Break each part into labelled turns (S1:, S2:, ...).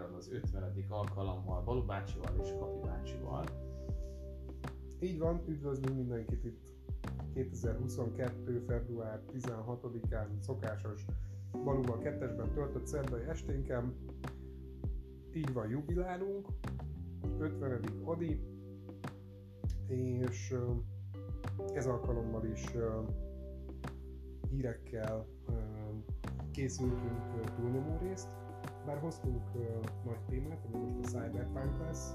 S1: podcastáron az 50. alkalommal, Balú bácsival és Kapi bácsival.
S2: Így van, üdvözlünk mindenkit itt 2022. február 16-án szokásos Balúval 2-esben töltött szerdai esténken. Így van, jubilálunk, 50. adi, és ez alkalommal is hírekkel készültünk túlnyomó részt. Bár hoztunk nagy témát, ami most a Cyberpunk lesz,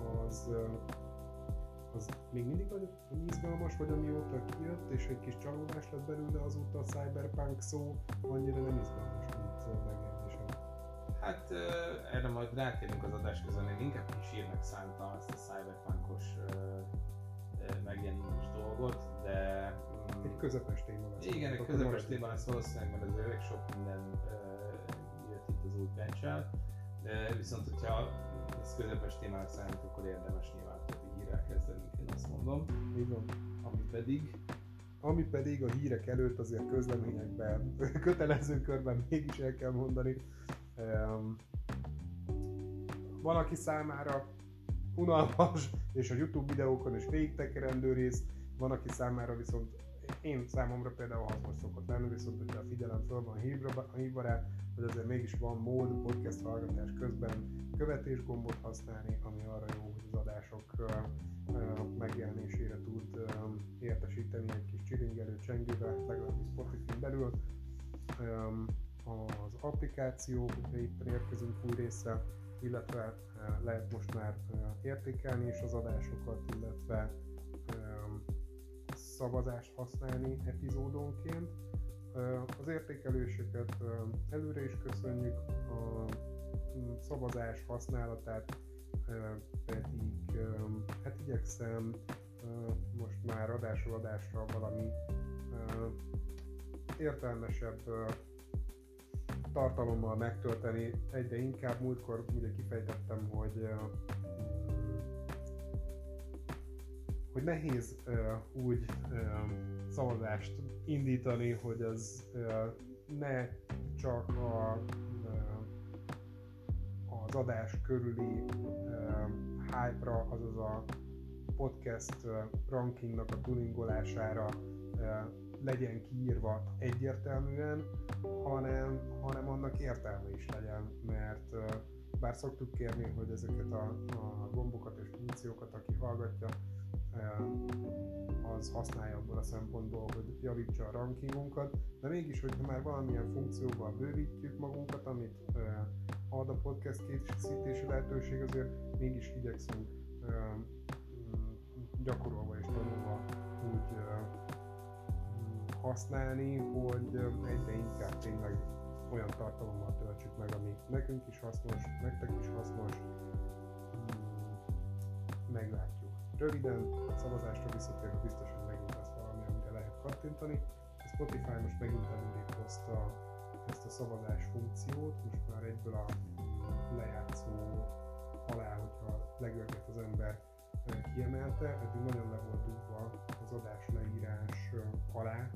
S2: az még mindig nagyon izgalmas, vagy amióta kijött, és egy kis csalódás lett belőle azóta a Cyberpunk szó, annyira nem izgalmas, mint megjelenésem.
S1: Hát erre majd rátérünk az adás közben, én inkább kis hírnek szántam ezt a Cyberpunkos megjelenés dolgot, de...
S2: Egy közepes téma lesz.
S1: Igen, egy közepes téma lesz valószínűleg, mert ez elég sok minden jött itt az új patch-el, de viszont hogyha ezt közepes témának számít, akkor érdemes nyilván többi hírrel kezdenünk, én azt mondom.
S2: Így van.
S1: Ami pedig
S2: a hírek előtt azért közleményekben, kötelező körben mégis el kell mondani. Valaki számára unalmas, és a YouTube videókon is végigtekerendő rész, van aki számára viszont, számomra például hasznos szokott lenni, viszont hogyha a figyelem föl van hívva rá, hogy azért mégis van mód podcast hallgatás közben követésgombot használni, ami arra jó, hogy az adások megjelenésére tud értesíteni egy kis csiringelő csengővel, legalábbis Spotify-n belül. Az applikáció, hogyha éppen érkezünk új része, illetve lehet most már értékelni is az adásokat, illetve szavazást használni epizódonként. Az értékeléseket előre is köszönjük, a szavazás használatát pedig hát igyekszem most már adásról adásra valami értelmesebb tartalommal megtölteni. Egyre inkább múltkor ugye kifejtettem, hogy nehéz úgy szavazást indítani, hogy az ne csak az adás körüli hype-ra, azaz a podcast rankingnak a tuningolására legyen kiírva egyértelműen, hanem annak értelme is legyen, mert bár szoktuk kérni, hogy ezeket a gombokat és funkciókat, aki hallgatja, az használja abból a szempontból, hogy javítsa a rankingunkat, de mégis, hogyha már valamilyen funkcióval bővítjük magunkat, amit ad a podcast készítési lehetőség, azért mégis igyekszünk gyakorolva és tanulva úgy használni, hogy egyre inkább tényleg olyan tartalommal töltsük meg, ami nekünk is hasznos, nektek is hasznos. Meglátjuk. Röviden, a szavazásra visszatérve biztos, hogy megint lesz valami, amire lehet kattintani. A Spotify most megint előrébb hozta ezt a szavazás funkciót, most már egyből a lejátszó alá, hogyha legörget az ember, kiemelte, eddig nagyon le volt dugva az adás leírás alá,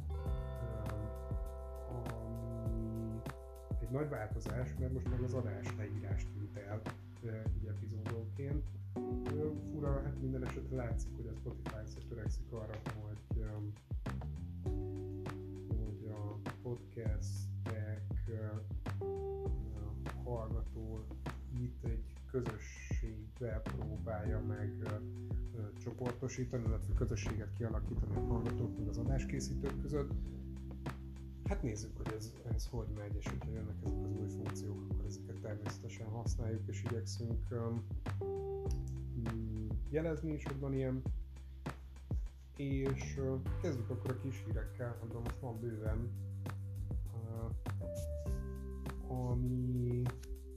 S2: ami egy nagy változás, mert most meg az adás leírás tűnt el így epizódonként. Fura, hát minden esetre látszik, hogy a Spotify törekszik arra, hogy a podcastek hallgató itt egy közösségbe próbálja meg csoportosítani, illetve közösséget kialakítani a hallgatók meg az adáskészítők között. Hát nézzük, hogy ez hogy megy, és hogyha jönnek ezek az új funkciók, akkor ezeket természetesen használjuk, és igyekszünk jelezni is, hogy van ilyen. És kezdjük akkor a kis hírekkel, abban most van bőven, amiből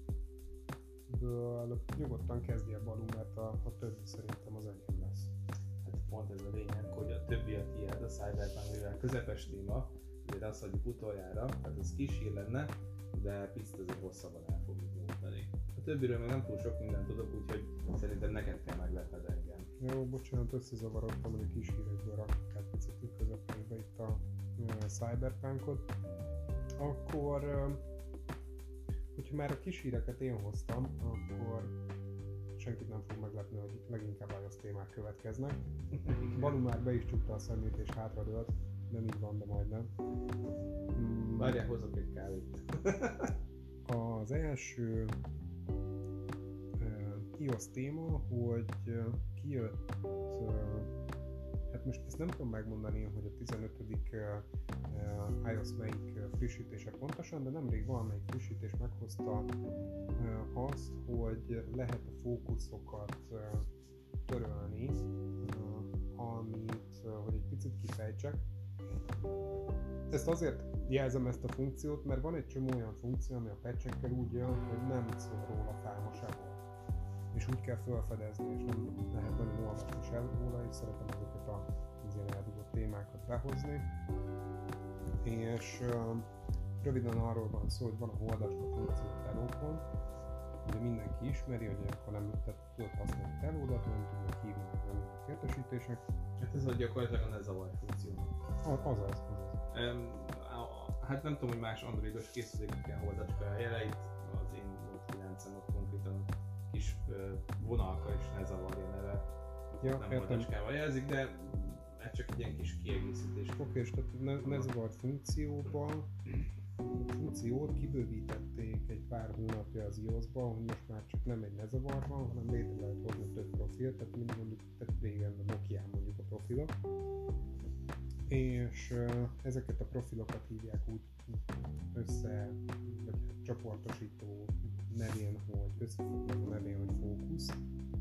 S2: nyugodtan kezdje Balú, mert a többi szerintem az enyém lesz.
S1: Hát pont ez a lényeg, hogy a többi a tiéd, a Cyberpunk, mivel közepes téma, ugye azt hagyjuk utoljára, tehát ez kis hír lenne, de picit azért hosszabban el fogjuk nyújtani. A többiről meg nem túl sok mindent tudok, úgyhogy szerintem neked kell meglepned engem.
S2: Jó, bocsánat, összezavarodtam, hogy a kis hírekből rakjuk át picit közepébe itt a Cyberpunkot. Akkor hogyha már a kis híreket én hoztam, akkor senkit nem fog meglepni, hogy leginkább iOS témák következnek. Balu már be is csukta a szemét és hátradőlt, nem így van, de majdnem.
S1: Várjál, hozok egy kávét.
S2: Az első iOS téma, hogy kijött, hát most ezt nem tudom megmondani, hogy a 15. iOS melyik frissítése pontosan, de nemrég valamelyik frissítés meghozta azt, hogy lehet a fókuszokat törölni, amit, hogy egy picit kifejtsek. Ezt azért jelzem ezt a funkciót, mert van egy csomó olyan funkció, ami a patchekkel úgy jön, hogy nem szól róla fáma sehol. És úgy kell felfedezni, és nem lehet nagyon olvasni se róla, és szeretem ezeket az ilyen eldugott témákat behozni. És röviden arról van szó, hogy van a holdacska funkció telókon. Ugye mindenki ismeri, hogy ha nem tudod használni telódat, nem tudnak hívni, meg nem tudnak értesítések.
S1: Hát ez gyakorlatilag a ne zavarj funkció.
S2: Azaz.
S1: Hát nem tudom, hogy más androidos készülékeken holdacska jeleit, az én Note 9-em ott konkrétan kis vonalka és ne zavarja neve.
S2: Ja,
S1: nem holdacskával jelzik, de ez csak egy ilyen kis kiegészítés.
S2: Oké, és tehát ne zavart funkciót kibővítették egy pár hónapja az iOS-ban, hogy most már csak nem egy ne zavar van, hanem létre lehet hozni több profilt, tehát mondjuk régen a Nokia mondjuk a profilok. És ezeket a profilokat hívják úgy össze, vagy csoportosító nevén, hogy összefoglaló nevén, hogy fókusz.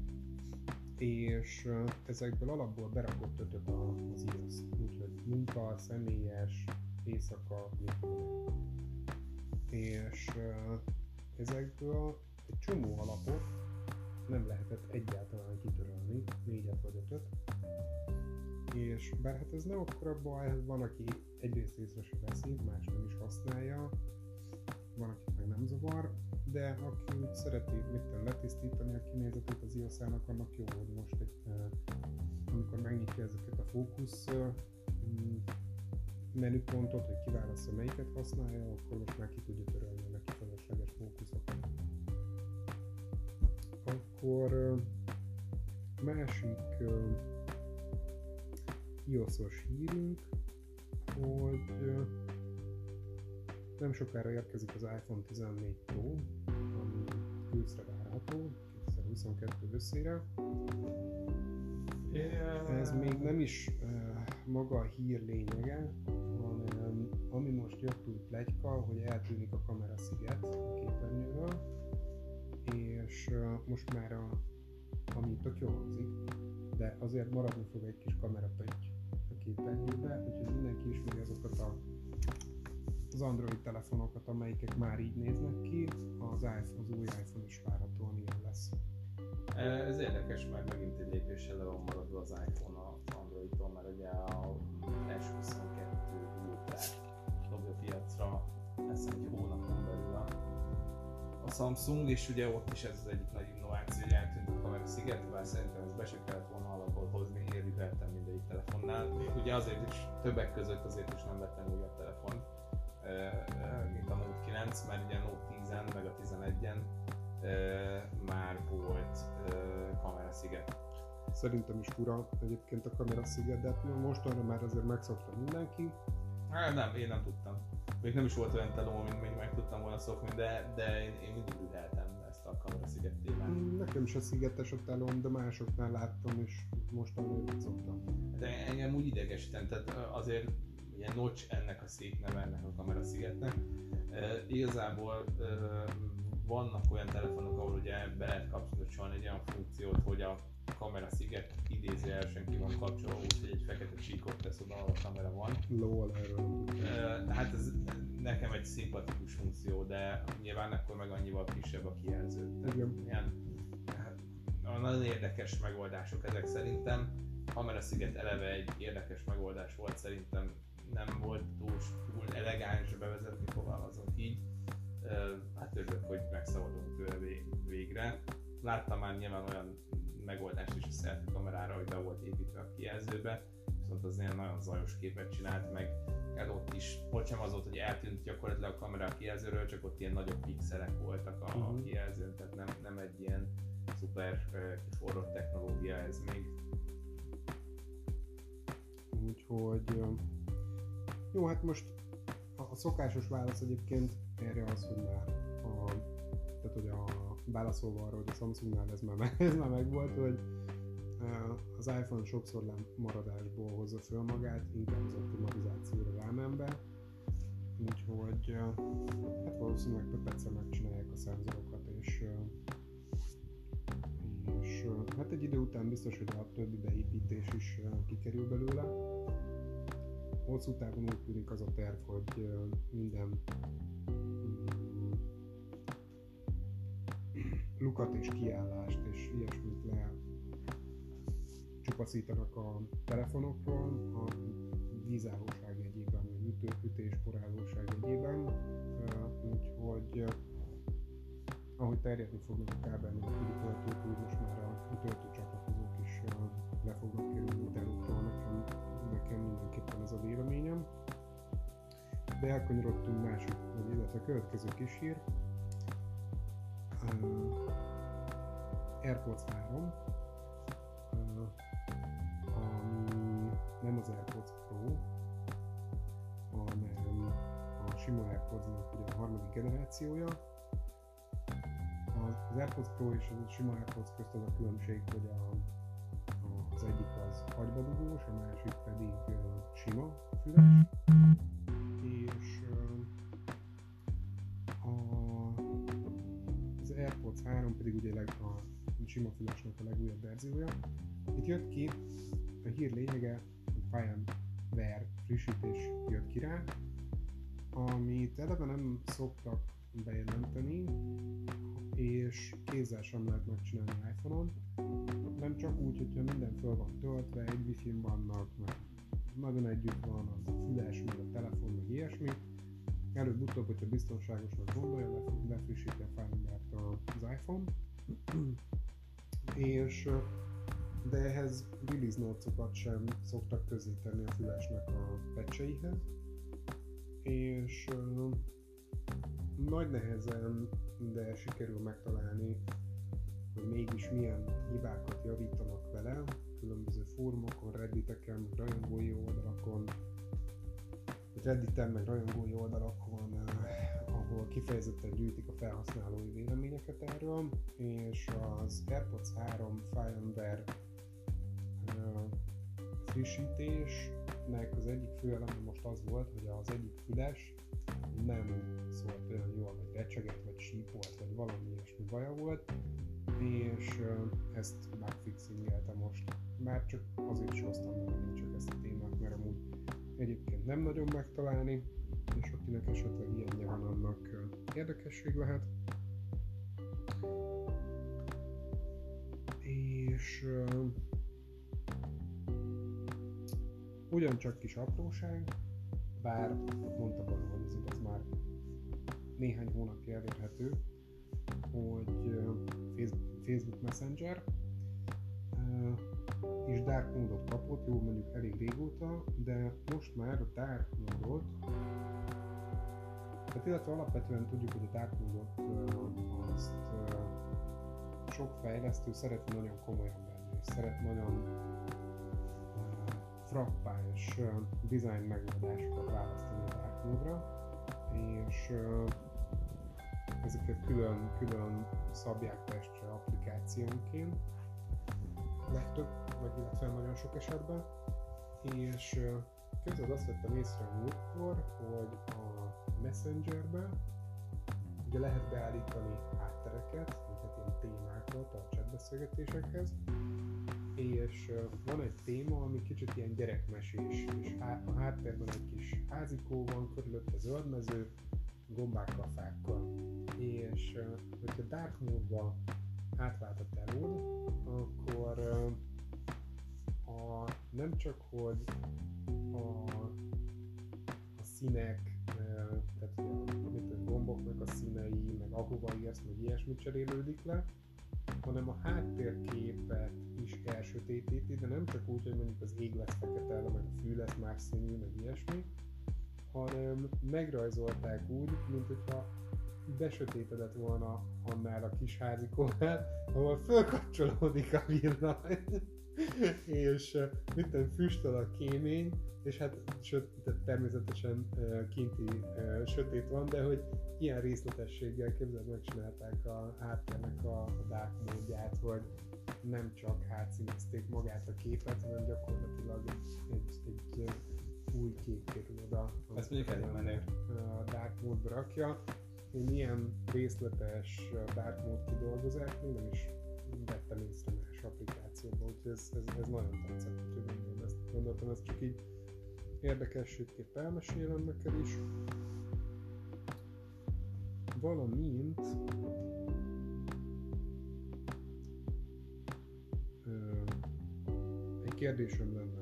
S2: És ezekből alapból berakott ötöt az iOS, úgyhogy munka, személyes, éjszaka, mikor. És ezekből egy csomó alapot nem lehetett egyáltalán kitörölni, 4-et vagy 5-öt. És bár hát ez nem akkora baj, van, aki egyrészt észre se veszi, más nem is használja, van, akit meg nem zavar, de aki úgy szereti letisztítani a kinézetét az iOS-ának, annak jó, hogy most amikor megnyitja ezeket a fókusz menüpontot, hogy kiválassza melyiket használja, akkor most már ki tudja törölni a neki felesleges fókuszokat. Akkor másik iOS-os hírünk, hogy nem sokára érkezik az iPhone 14 Pro, ami őszre várható, 2022 őszére. Ez még nem is maga a hír lényege, hanem ami most jött úgy pletyka, hogy eltűnik a kamerasziget a képernyőről, és most már ami tök jól hangzik, de azért maradni fog egy kis kamerapötty a képernyőbe, úgyhogy mindenki ismeri azokat az Android telefonokat, amelyikek már így néznek ki, az új iPhone is várhatóan ilyen lesz.
S1: Ez érdekes, mert megint egy lépéssel le van maradva az iPhone az Androidtól, mert ugye a S22 Ultrát dobja piacra, lesz egy hónapon belül a Samsung, és ugye ott is ez az egyik nagy innováció, hogy eltűnt a kamerasziget, bár szerintem ez be se kellett volna alapból hozni, én riveltem mindegyik telefonnál. Ugye azért is, többek között azért is nem vettem újabb telefont, mint a Note 9, mert ugye a Note 10-en meg a 11-en már volt kamerasziget.
S2: Szerintem is fura egyébként a kamerasziget, de hát mostanra már azért megszokta mindenki.
S1: Hát nem, én nem tudtam. Még nem is volt olyan telóm, amit még meg tudtam volna szokni, de én mindig ügyeltem ezt a kamerasziget témát.
S2: Nekem is a szigetes a telóm, de másoknál láttam, és mostanra én szoktam.
S1: De engem úgy idegesített, tehát azért ilyen notch ennek a szép neve, ennek a kameraszigetnek. Igazából vannak olyan telefonok, ahol ugye be lehet kapcsolni egy olyan funkciót, hogy a kamerasziget idézőjelesen ki van kapcsolva, úgyhogy egy fekete csíkot tesz oda, ahol a kamera van.
S2: Lol, erről.
S1: Hát ez nekem egy szimpatikus funkció, de nyilván akkor meg annyival kisebb a kijelző. Ilyen, nagyon érdekes megoldások ezek szerintem. A kamerasziget eleve egy érdekes megoldás volt, szerintem nem volt túl elegáns bevezetni, fogalmazunk így. Hát örülök, hogy megszabadulunk tőle végre. Láttam már nyilván olyan megoldást is a selfie kamerára, hogy be volt építve a kijelzőbe, viszont az ilyen nagyon zajos képet csinált, meg ott is, ott sem az volt, hogy eltűnt gyakorlatilag a kamera a kijelzőről, csak ott ilyen nagyobb pixelek voltak a kijelzőn, tehát nem egy ilyen szuper kiforrott technológia ez még.
S2: Úgyhogy jó, hát most a szokásos válasz egyébként erre az, hogy tehát hogy válaszolva arra, hogy a Samsungnál ez már megvolt, hogy az iPhone sokszor lemaradásból hozza föl magát, inkább az optimalizációra rámenve, úgyhogy hát valószínűleg pöpecre megcsinálják a szenzorokat, és hát egy idő után biztos, hogy a többi beépítés is kikerül belőle. Hosszú távon úgy tűnik az a terv, hogy minden lukat és kiállást és ilyesmit lecsupaszítanak a telefonokról, a vízállóság jegyében, vagy ütésporállóság jegyében, úgyhogy ahogy terjedni fognak a kábelnélküli töltők, úgy most már a töltőcsatlakozók is le fognak kerülni Intelokról, nekem mindenképpen ez a véleményem. De elkanyarodtunk másik, illetve a következő kis hír. AirPods 3, ami nem az AirPods Pro, hanem a sima AirPods-nak ugye a harmadik generációja. Az AirPods Pro és a sima AirPods közt az a különbség, hogy az egyik az agybadugós, a másik pedig sima füles, és az AirPods 3 pedig ugye a sima fülesnek a legújabb verziója. Itt jött ki, a hír lényege, hogy firmware frissítés jött ki rá, amit eleve nem szoktak bejelenteni, és kézzel sem lehet megcsinálni iPhone-on. Nem csak úgy, hogyha minden föl van töltve, egy wifi-n vannak, meg nagyon együtt van az a füles, meg a telefon, meg ilyesmi. Előbb-utóbb, hogyha biztonságosnak gondolja, lefrissíti a firmware-t az iPhone. De ehhez release notes-okat sem szoktak közzétenni a fülesnek a patcheihez. És nagy nehezen, de sikerül megtalálni, hogy mégis milyen hibákat javítanak vele, különböző fórumokon, Redditeken, rajongói oldalakon, Redditen, meg rajongói oldalakon, ahol kifejezetten gyűjtik a felhasználói véleményeket erről, és az AirPods 3 firmware frissítésnek az egyik fő eleme most az volt, hogy az egyik füles nem szólt olyan jól, vagy recsegett, vagy sípolt, vagy valami ilyesmi baja volt, és ezt bugfixingelte most. Már csak azért is hoztam meg csak ezt a témát, mert amúgy egyébként nem nagyon megtalálni, és akinek esetleg ilyenje van, annak érdekesség lehet. És ugyancsak kis apróság, bár mondta volna, hogy ez már néhány hónapja elérhető, hogy Facebook Messenger is Dark Mode-ot kapott, jó, mondjuk elég régóta, de most már a Dark Mode-ot, tehát illetve alapvetően tudjuk, hogy a Dark Mode-ot azt sok fejlesztő szeret nagyon komolyan venni, és szeret nagyon frappáns design megoldásokat választani a Dark Mode-ra, és ezeket külön szabják testre applikációnként, legtöbb, vagy illetve nagyon sok esetben, és közben azt vettem észre a múltkor, hogy a Messengerbe ugye lehet beállítani háttereket, vagy ilyen témákat a chatbeszélgetésekhez, és van egy téma, ami kicsit ilyen gyerekmesés, és a háttérben egy kis házikó van, körülötte zöldmező, gombákkal, fákkal, és hogyha Dark Mode-ba átvált a telód, akkor nem csak hogy a színek, tehát a gomboknak a színei, meg ahova írsz, meg ilyesmit cserélődik le, hanem a háttérképet is elsötétíti, de nem csak úgy, hogy mondjuk az ég lesz fekete, meg a fű lesz más színű, meg ilyesmi, hanem megrajzolták úgy, mint hogyha besötétedett volna annál a kis házikónál, ahol fölkapcsolódik a villany, és minden füstöl a kémény, és hát természetesen kinti sötét van, de hogy ilyen részletességgel képzeld, megcsinálták a háttérnek a dark módját, hogy nem csak átszínezték magát a képet, hanem gyakorlatilag egy új kép kerül oda.
S1: Ezt mondjuk elég menő.
S2: A dark módba rakja. Én ilyen részletes dark mód kidolgozást még nem is vettem észre más applikációban, úgyhogy ez nagyon tetszett, úgyhogy gondoltam, ez csak így érdekességképp elmesélem neked is. Valamint egy kérdésem lenne.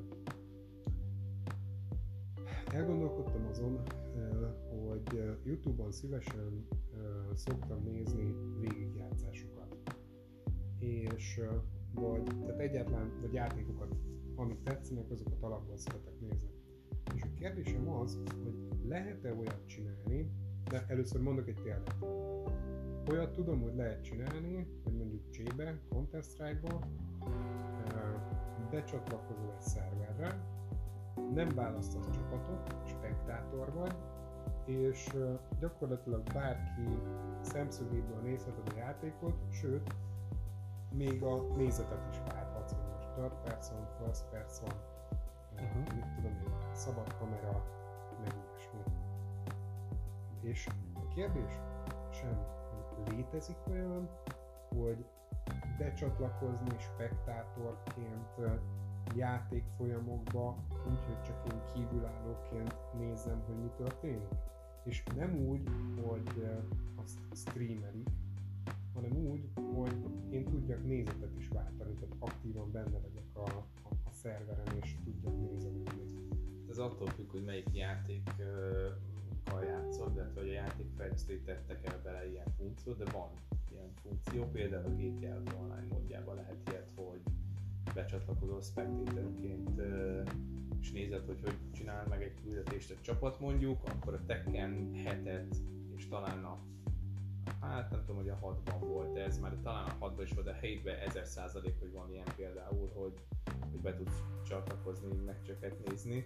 S2: Elgondolkodtam azon, hogy YouTube-on szívesen szoktam nézni végigjátszásokat. És tehát egyáltalán, vagy játékokat, amik tetszenek, azokat alapból szeretek nézni. És a kérdésem az, hogy lehet-e olyat csinálni, de először mondok egy példát. Olyat tudom, hogy lehet csinálni, hogy mondjuk C-be, Counter-Strike-ba becsatlakozol egy szerverre, nem választasz csapatot, spektátor vagy, és gyakorlatilag bárki szemszögéből nézheted a játékot, sőt, még a nézetet is válthatsz, hogy most third person, first person, mit tudom én, szabad kamera, meg ilyesmi. És a kérdés sem létezik olyan, hogy becsatlakozni spektátorként játékfolyamokba, úgyhogy csak én kívülállóként nézzem, hogy mi történik. És nem úgy, hogy azt streamelik, hanem úgy, hogy én tudjak nézetet is váltani, tehát aktívan benne legyek a szerveren és tudjak nézelődni.
S1: Ez attól függ, hogy melyik játékkal játszol, de hogy a játékfejlesztői tettek el bele ilyen funkciót, de van ilyen funkció, például a GTA online módjában lehet ilyet, hogy becsatlakozol spectatorként, és nézed, hogy csinál meg egy küldetést egy csapat mondjuk, akkor a Tekken 7-et, és talán hát nem tudom, hogy a 6-ban volt ez, már talán a 6-ban is volt, de a 7-ben 1000%, hogy van ilyen például, hogy be tudsz csatlakozni, meccseket nézni.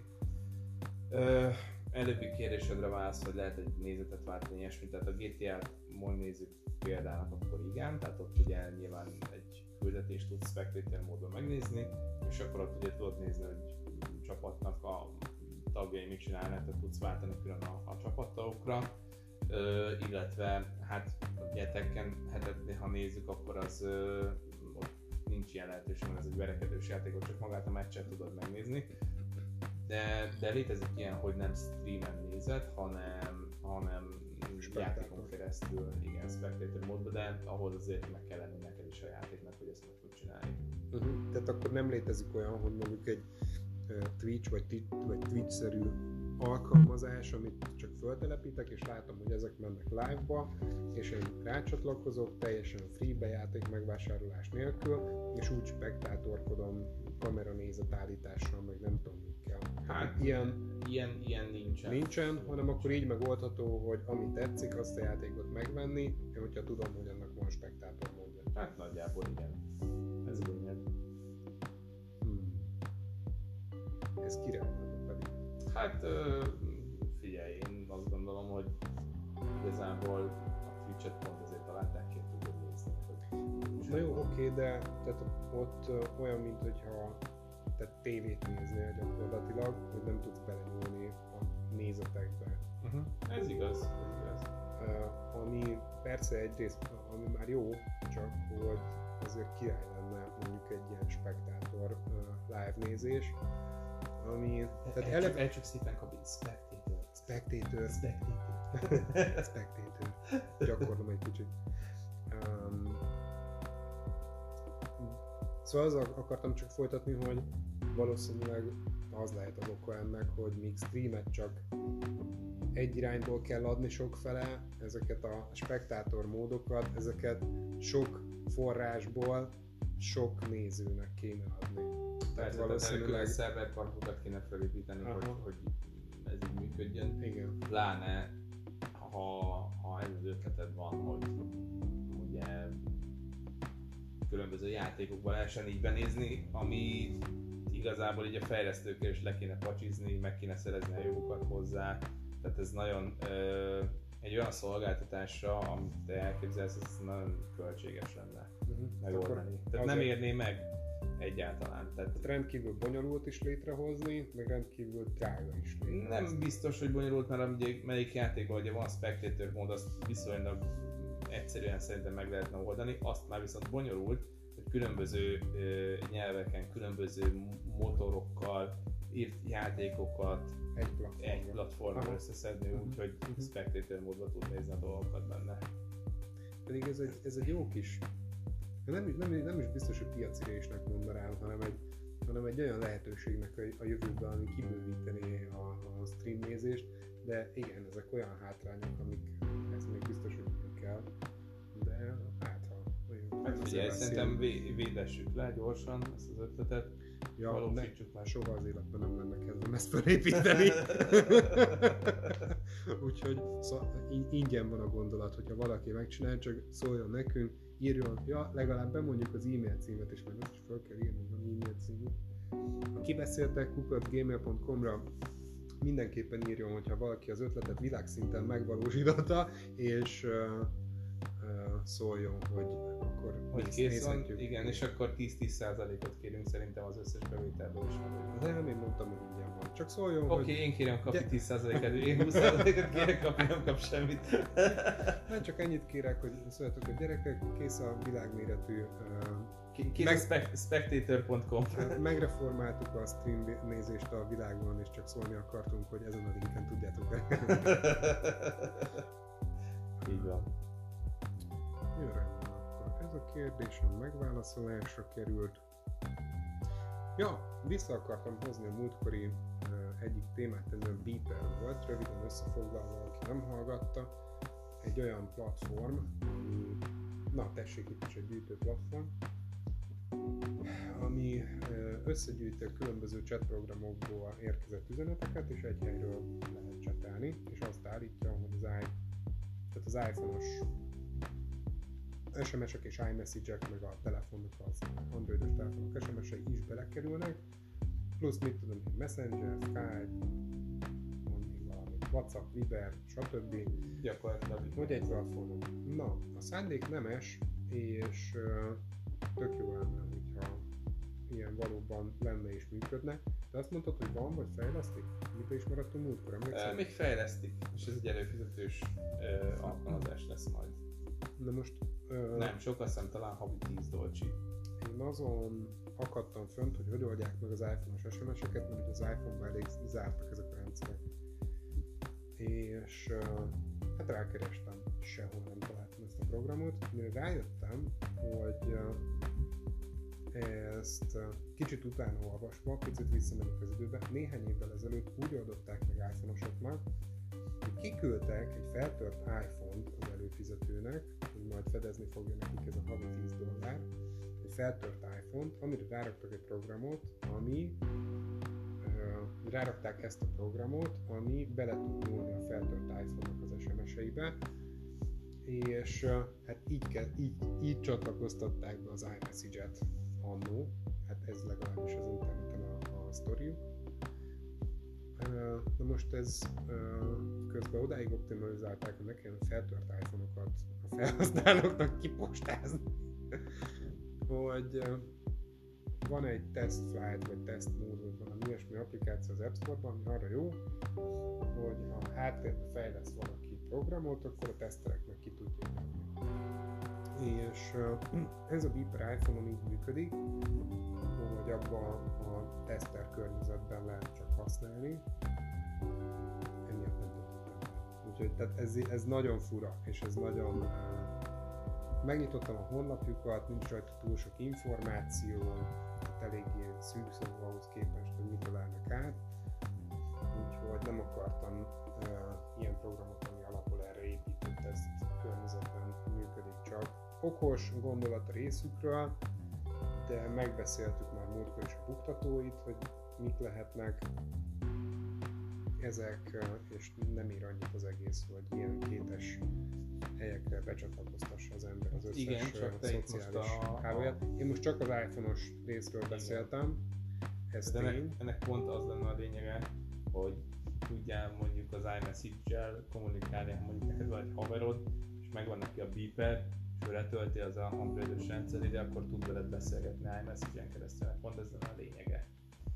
S1: Előbbi kérdésedre válasz, hogy lehet egy nézetet váltani, ilyesmit, tehát a GTA-t nézzük példának, akkor igen, tehát ott ugye nyilván egy küldetést tudsz spectator módon megnézni, és akkor ott ugye tudod nézni, hogy csapatnak a tagjai mit csinálnak, tehát tudsz váltani külön a csapattagokra, illetve hát ugye Tekken 7-et, ha nézzük, akkor az ott nincs ilyen lehetőség, mert ez egy verekedős játék, csak magát a meccset tudod megnézni. De létezik ilyen, hogy nem streamen nézed, hanem játékon keresztül, igen, spectator módban, de ahhoz azért meg kell lenni neked is a játéknak, hogy ezt meg tud csinálni.
S2: Tehát akkor nem létezik olyan, hogy mondjuk egy Twitch vagy Twitch-szerű alkalmazás, amit csak föltelepítek, és látom, hogy ezek mennek live-ba, és én rácsatlakozok teljesen free-be játék megvásárolás nélkül, és úgy spektátorkodom kameranézet állítással, meg nem tudom mikkel.
S1: Hát ilyen nincsen.
S2: Nincsen, hanem akkor így megoldható, hogy ami tetszik, azt a játékot megvenni, hogyha tudom, hogy annak van spektátor módja.
S1: Hát nagyjából igen. Ez lényeg.
S2: Ez király pedig.
S1: Hát figyelj, én azt gondolom, hogy igazából a Twitch-et pont ezért találták ki, hogy tudod nézni.
S2: Na jó, oké, de tehát ott olyan, mint hogyha te tévét néznél gyakorlatilag, hogy nem tudsz belenyúlni a nézetekbe.
S1: Ez igaz.
S2: Ami persze egyrészt, ami már jó, csak hogy azért király lenne mondjuk egy ilyen spektátor live nézés, ami...
S1: Tehát el csak szépen kapni, spectator.
S2: Gyakorlom egy kicsit. Szóval azzal akartam csak folytatni, hogy valószínűleg az lehet az oka ennek, hogy míg streamet csak egy irányból kell adni sokfele, ezeket a spektátor módokat, ezeket sok forrásból sok nézőnek kéne adni.
S1: Tehát valószínűleg szerverparkokat kéne felépíteni, hogy ez így működjön.
S2: Igen.
S1: Pláne, ha ez az ötleted van, hogy ugye különböző játékokban lehessen így benézni, ami igazából így a fejlesztőkkel is le kéne pacsizni, meg kéne szerezni a jogokat hozzá. Tehát ez nagyon egy olyan szolgáltatásra, amit te elképzelsz, ez nagyon költséges lenne megoldani. Tehát nem érné meg egyáltalán. Tehát
S2: rendkívül bonyolult is létrehozni, meg rendkívül drága is létrehozni.
S1: Nem biztos, hogy bonyolult, mert melyik játékban ugye van spectator mód, azt viszonylag egyszerűen szerintem meg lehetne oldani. Azt már viszont bonyolult, hogy különböző nyelveken, különböző motorokkal írt játékokat egy platformon összeszedni, úgyhogy spectator módban tud nézni a dolgokat benne.
S2: Pedig ez egy jó kis, nem is biztos, hogy piacirésnek mondanám, hanem egy olyan lehetőségnek a jövőben, ami kibővítené a stream nézést, de igen, ezek olyan hátrányok, amik ezt még biztos, hogy kell, de
S1: hát figyelj, szerintem védessük le gyorsan ezt az ötletet, valósítsuk már.
S2: Soha az életben nem lenne kedvem ezt felépíteni. Úgyhogy ingyen van a gondolat, hogyha valaki megcsinálja, csak szóljon nekünk, írjon, legalább bemondjuk az e-mail címet is, mert azt is fel kell írni, van e-mail címük. Ha kibeszéltek, @gmail.com-ra mindenképpen írjon, hogyha valaki az ötletet világszinten megvalósította, és szóljon, hogy akkor
S1: hogy kész van, igen, és akkor 10%-ot kérünk szerintem az összes bevételből is.
S2: Nem, én mondtam, hogy ingyen van. Csak szóljon,
S1: Oké, én kérem kapi 10%-et, én 20%-et kérek, kapi nem kap semmit.
S2: Nem csak ennyit kérek, hogy szóljatok, hogy gyerekek, kész a világméretű
S1: spectator.com.
S2: Megreformáltuk a stream nézést a világban, és csak szólni akartunk, hogy ezen a linken tudjátok el.
S1: Így van.
S2: Jó, rendben, akkor ez a kérdésem megválaszolásra került. Ja, vissza akartam hozni a múltkori egyik témát, ez a Beeper volt, röviden összefoglalva, aki nem hallgatta. Egy olyan platform, tessék, itt is egy gyűjtő platform, ami összegyűjti a különböző chatprogramokból érkezett üzeneteket, és egy helyről lehet chatálni, és azt állítja, hogy az iPhone-os SMS-ek és iMessage-ek, meg a telefonok, az androidos telefonok SMS-ei is belekerülnek, plusz mit tudom én, Messenger, Skype, mondjuk valami, WhatsApp, Viber, stb.
S1: Gyakorlatilag.
S2: Hogy egy platformon. Na, a szándék nemes, és tök jó lenne, hogyha ilyen valóban lenne és működne. De azt mondtad, hogy van, vagy fejlesztik? Mit is maradtunk múltkor, emlékszel?
S1: Még fejlesztik, és ez egy előfizetős alkalmazás lesz majd.
S2: Na most...
S1: nem, sok, azt hiszem talán havi $10.
S2: Én azon akadtam fönt, hogy oldják meg az iPhone-os SMS-eket, mert az iPhone-ban elég zártak ezek a rendszerek. És hát rákerestem, sehol nem találtam ezt a programot, mire rájöttem, hogy ezt kicsit utána olvasva, picit visszamegyek az időbe, néhány évvel ezelőtt úgy oldották meg iPhone-osoknak, hogy kiküldtek egy feltört iPhone-t az előfizetőnek, hogy majd fedezni fogja nekik ez a havi $10, egy feltört iPhone-t, amire ráraktak egy programot, rárakták ezt a programot, ami bele tud nyúlni a feltört iPhone-nak az SMS-eibe, és hát így csatlakoztatták be az iMessage-et annó, hát ez legalábbis az interneten a sztoriuk. Na most ez közben odáig optimalizálták, hogy ne kelljen feltört iPhone-okat a felhasználóknak kipostázni, hogy van egy test flight, vagy test mód, vagy valami ilyesmi applikáció az App Store-ban, ami arra jó, hogy ha háttérbe fejlesz valaki programot, akkor a tesztereknek ki tudja adni. És ez a Beeper iPhone-on így működik, hogy abban a teszter környezetben lehet csak használni. Emiatt nem tudtam. Úgyhogy tehát ez nagyon fura, és ez nagyon... Megnyitottam a honlapjukat, nincs rajta túl sok információ, tehát eléggé szűkszavú ahhoz képest, hogy mit találnak át. Úgyhogy nem akartam ilyen programot, ami alapul erre épített, ezt környezetben működik csak, okos gondolat a részükről, de megbeszéltük már múltkor is a buktatóit, hogy mik lehetnek ezek, és nem ír annyit az egész, hogy ilyen kétes helyekre becsatlakoztassa az ember az összes
S1: igen, csak
S2: szociális hálóját. Én most csak az iPhone-os részről beszéltem, ez tény.
S1: Ennek pont az lenne a lényege, hogy tudjál mondjuk az iMessage-el kommunikálni, mondjuk neked van egy haverod, és megvan neki a beeper, és ő letölti az Androidos rendszerére, akkor tud veled beszélgetni iMessage-en keresztül, pont ez lenne a lényege.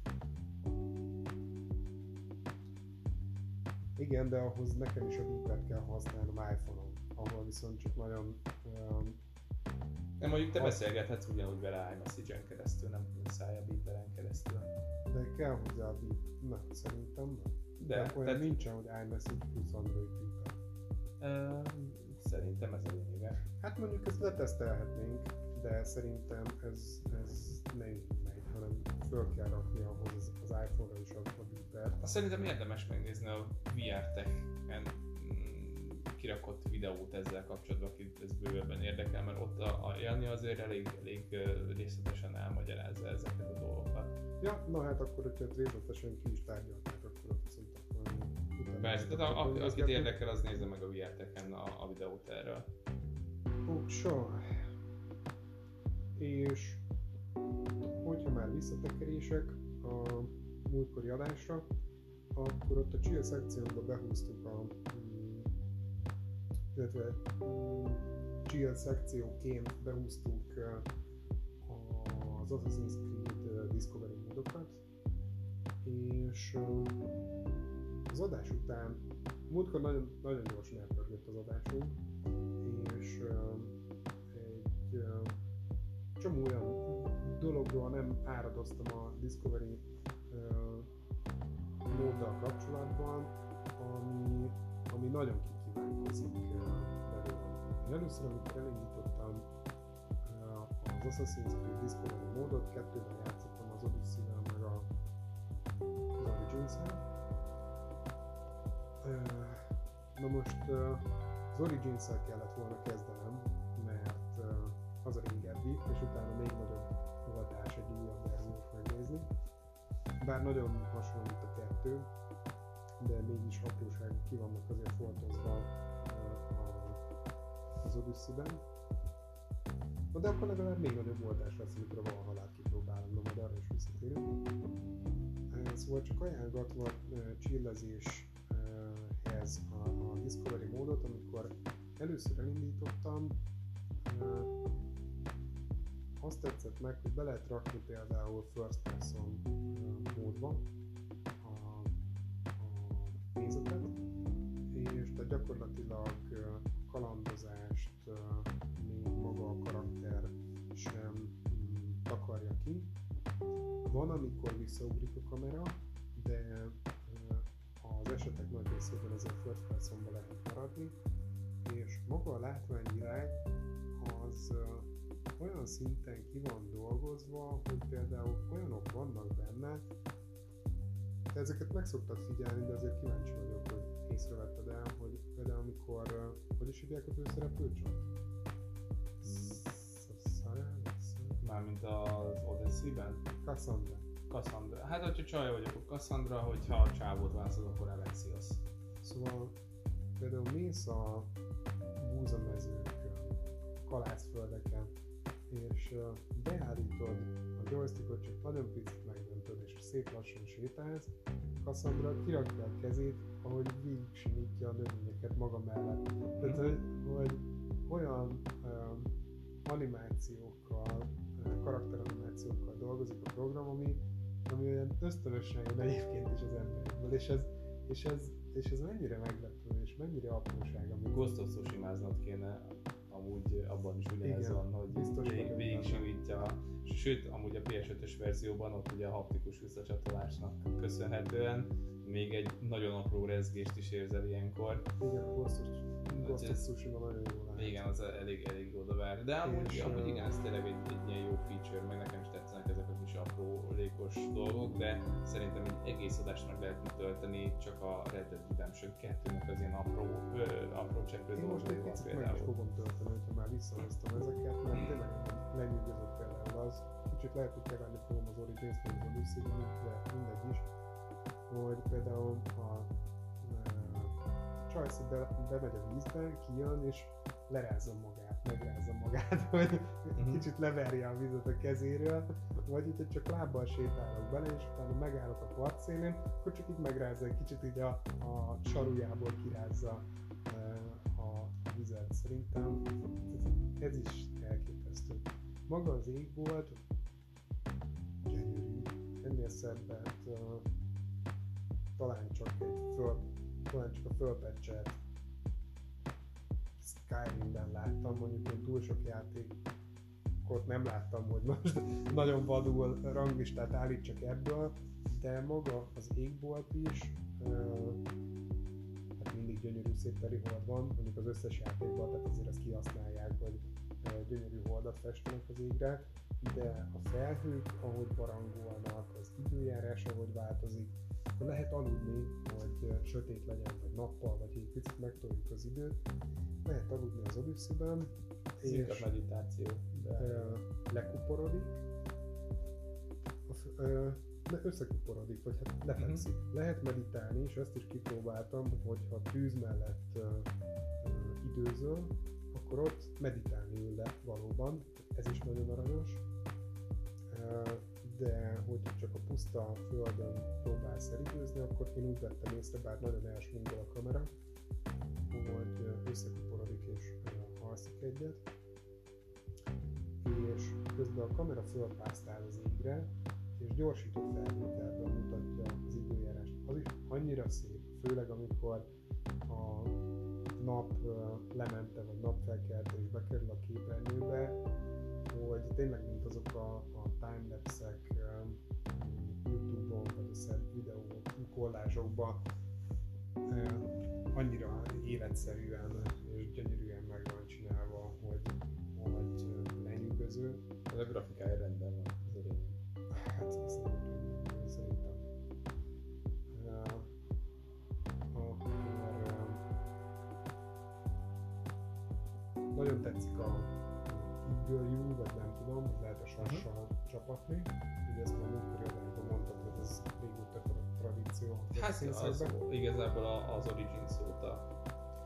S2: Igen, de ahhoz nekem is a beepert kell használnom iPhone-on, ahol viszont csak nagyon...
S1: Nem, mondjuk te beszélgethetsz ugyanúgy vele iMessage-en keresztül, nem muszáj a beeperen keresztül.
S2: De kell hozzá a beep. Na, szerintem nem.
S1: De
S2: olyan nincsen, hogy iMessage plusz Android beeper.
S1: Szerintem ez a lényege.
S2: Hát mondjuk ezt letesztelhetnénk, de szerintem ez nem így megy, hanem föl kell rakni ahhoz az iPhone-ra is a beepert.
S1: Szerintem érdemes megnézni a VR Tech-en kirakott videót ezzel kapcsolatban, akit ez bővebben érdekel, mert ott a Jani azért elég részletesen elmagyarázza ezeket a dolgokat.
S2: Ja, na hát akkor, hogyha részletesen ki is tárgyalták, akkor ott viszont
S1: persze, tehát akit érdekel, az nézze meg a VR Tech-en a videót erről. És hogyha már visszatekerések a múltkori adásra, akkor ott a chill szekcióba behúztuk illetve chill szekcióként behúztuk az Assassin's Creed Discovery módokat, és az adás után, múltkor nagyon gyorsan elpörgött az adásunk, és egy csomó olyan dologról nem áradoztam a Discovery móddal kapcsolatban, ami nagyon kikívánkozik belőlem. Először, amikor elindítottam az Assassin's Creed Discovery módot, 2-ben játszottam az Odyssey-vel meg az Origins-el. Na most az Origins-el kellett volna kezdenem, mert az a régebbi, és utána még nagyobb voltás egy újabb verziót megnézni. Bár nagyon hasonlít a kettő, de mégis apróságok ki vannak azért foltozva az Odyssey-ben. Na de akkor legalább még nagyobb voltás lesz, amikor a Valhallát kipróbálom, de majd arra is visszatérünk. Szóval csak ajánlgatva chillezéshez a Discovery módot, amikor először elindítottam, azt tetszett meg, hogy be lehet rakni például first person módba a nézetet, és tehát gyakorlatilag kalandozást még maga a karakter sem takarja ki. Van, amikor visszaugrik a kamera, de az esetek nagy részében azért first personba lehet maradni, és maga a látványvilág az olyan szinten ki van dolgozva, hogy például olyanok vannak benne, te ezeket meg szoktad figyelni, de azért kíváncsi vagyok, hogy észrevetted el, hogy például amikor, hogy is hívják a főszereplőt csak? Mármint az Odyssey-ben?
S2: Cassandra.
S1: Hát, hogyha csaj vagyok, akkor Cassandra, hogyha a csávót választod, akkor Alexios.
S2: Szóval például mész a búzamezőkön, kalászföldeken, és beállítod a joystickot, csak nagyon picit megdöntöd, és szép lassan sétálsz, Cassandra kirakja a kezét, ahogy végig simítja a növényeket maga mellett. Tehát, hogy olyan animációkkal, karakteranimációkkal dolgozik a program, ami olyan ösztönösen jön egyébként is az emberekből, és ez mennyire meglepő, és mennyire apróság, amikor...
S1: Ghost of Tsushima-znod kéne, amúgy abban is ugyanez van, hogy végig simítja, sőt, amúgy a PS5-ös verzióban ott ugye a haptikus visszacsatolásnak köszönhetően még egy nagyon apró rezgést is érzel ilyenkor.
S2: Igen, a Ghost of Tsushima nagyon jól lát.
S1: Igen, az elég oda vár. De amúgy igen, ez tényleg egy ilyen jó feature, meg nekem is tetszenek ezek a kis aprólékos dolgok, de szerintem egy egész adást meg lehetne tölteni csak a Red Dead Redemption 2-nek az ilyen apró cseprő
S2: Én most egy
S1: dolgaival
S2: picit meg is
S1: például.
S2: fogom tölteni, hogyha már visszahoztam ezeket, mert tényleg lenyűgözött például az. Kicsit lehet, hogy keverni fogom az Origins-t, vagy az Odyssey-t, de mindegy is, hogy például a Csajci bemegy a vízbe, kijön és lerázza magát, megrázza magát, hogy kicsit leverje a vizet a kezéről, vagy hogyha csak lábbal sétálok bele, és utána megállok a partszélén, akkor csak így megrázza egy kicsit így a sarujából kirázza a vizet. Szerintem ez is elképesztő. Maga az égbolt gyönyörű, ennél szebbet talán csak a fölpecselt Skyrimben láttam, mondjuk én túl sok játékot nem láttam, hogy most nagyon vadul ranglistát állítsak ebből, de maga az égbolt is, hát mindig gyönyörű szép teli hold van, mondjuk az összes játékban, tehát azért ezt kihasználják, hogy gyönyörű holdat festenek az égre, de a felhők, ahogy barangolnak, az időjárás, ahogy változik, akkor lehet aludni, hogy sötét legyen, vagy nappal, vagy egy picit megtoljuk az időt. Lehet aludni az Odyssey-ben,
S1: és meditáció, de
S2: lekuporodik, összekuporodik, vagy hát lefekszik. Lehet meditálni, és ezt is kipróbáltam, hogyha tűz mellett időzöl, akkor ott meditálni ül le valóban, ez is nagyon aranyos. De hogyha csak a puszta földön próbálsz elidőzni, akkor én úgy vettem észre, bár nagyon elsmungol a kamera, hogy összekuporodik és alszik egyet, és közben a kamera fölpásztál az égre, és gyorsított felvételből mutatja az időjárást. Az is annyira szép, főleg amikor a nap lemente, vagy napfelkelte és bekerül a képernyőbe, hogy tényleg mint azok a timelapse-ek YouTube-on, vagy a szebb videó kollázsokban annyira életszerűen és gyönyörűen meg van csinálva, hogy lenyűgöző.
S1: ez a grafikája rendben van, ez a lényeg.
S2: Hát ez szerintem. Nagyon tetszik a Eagle You, vagy nem tudom, lehet a sassal csapatni. Ugye ezt már múltkori adásban mondtad, hogy ez régóta tradíció.
S1: Hát az igazából az Origins óta.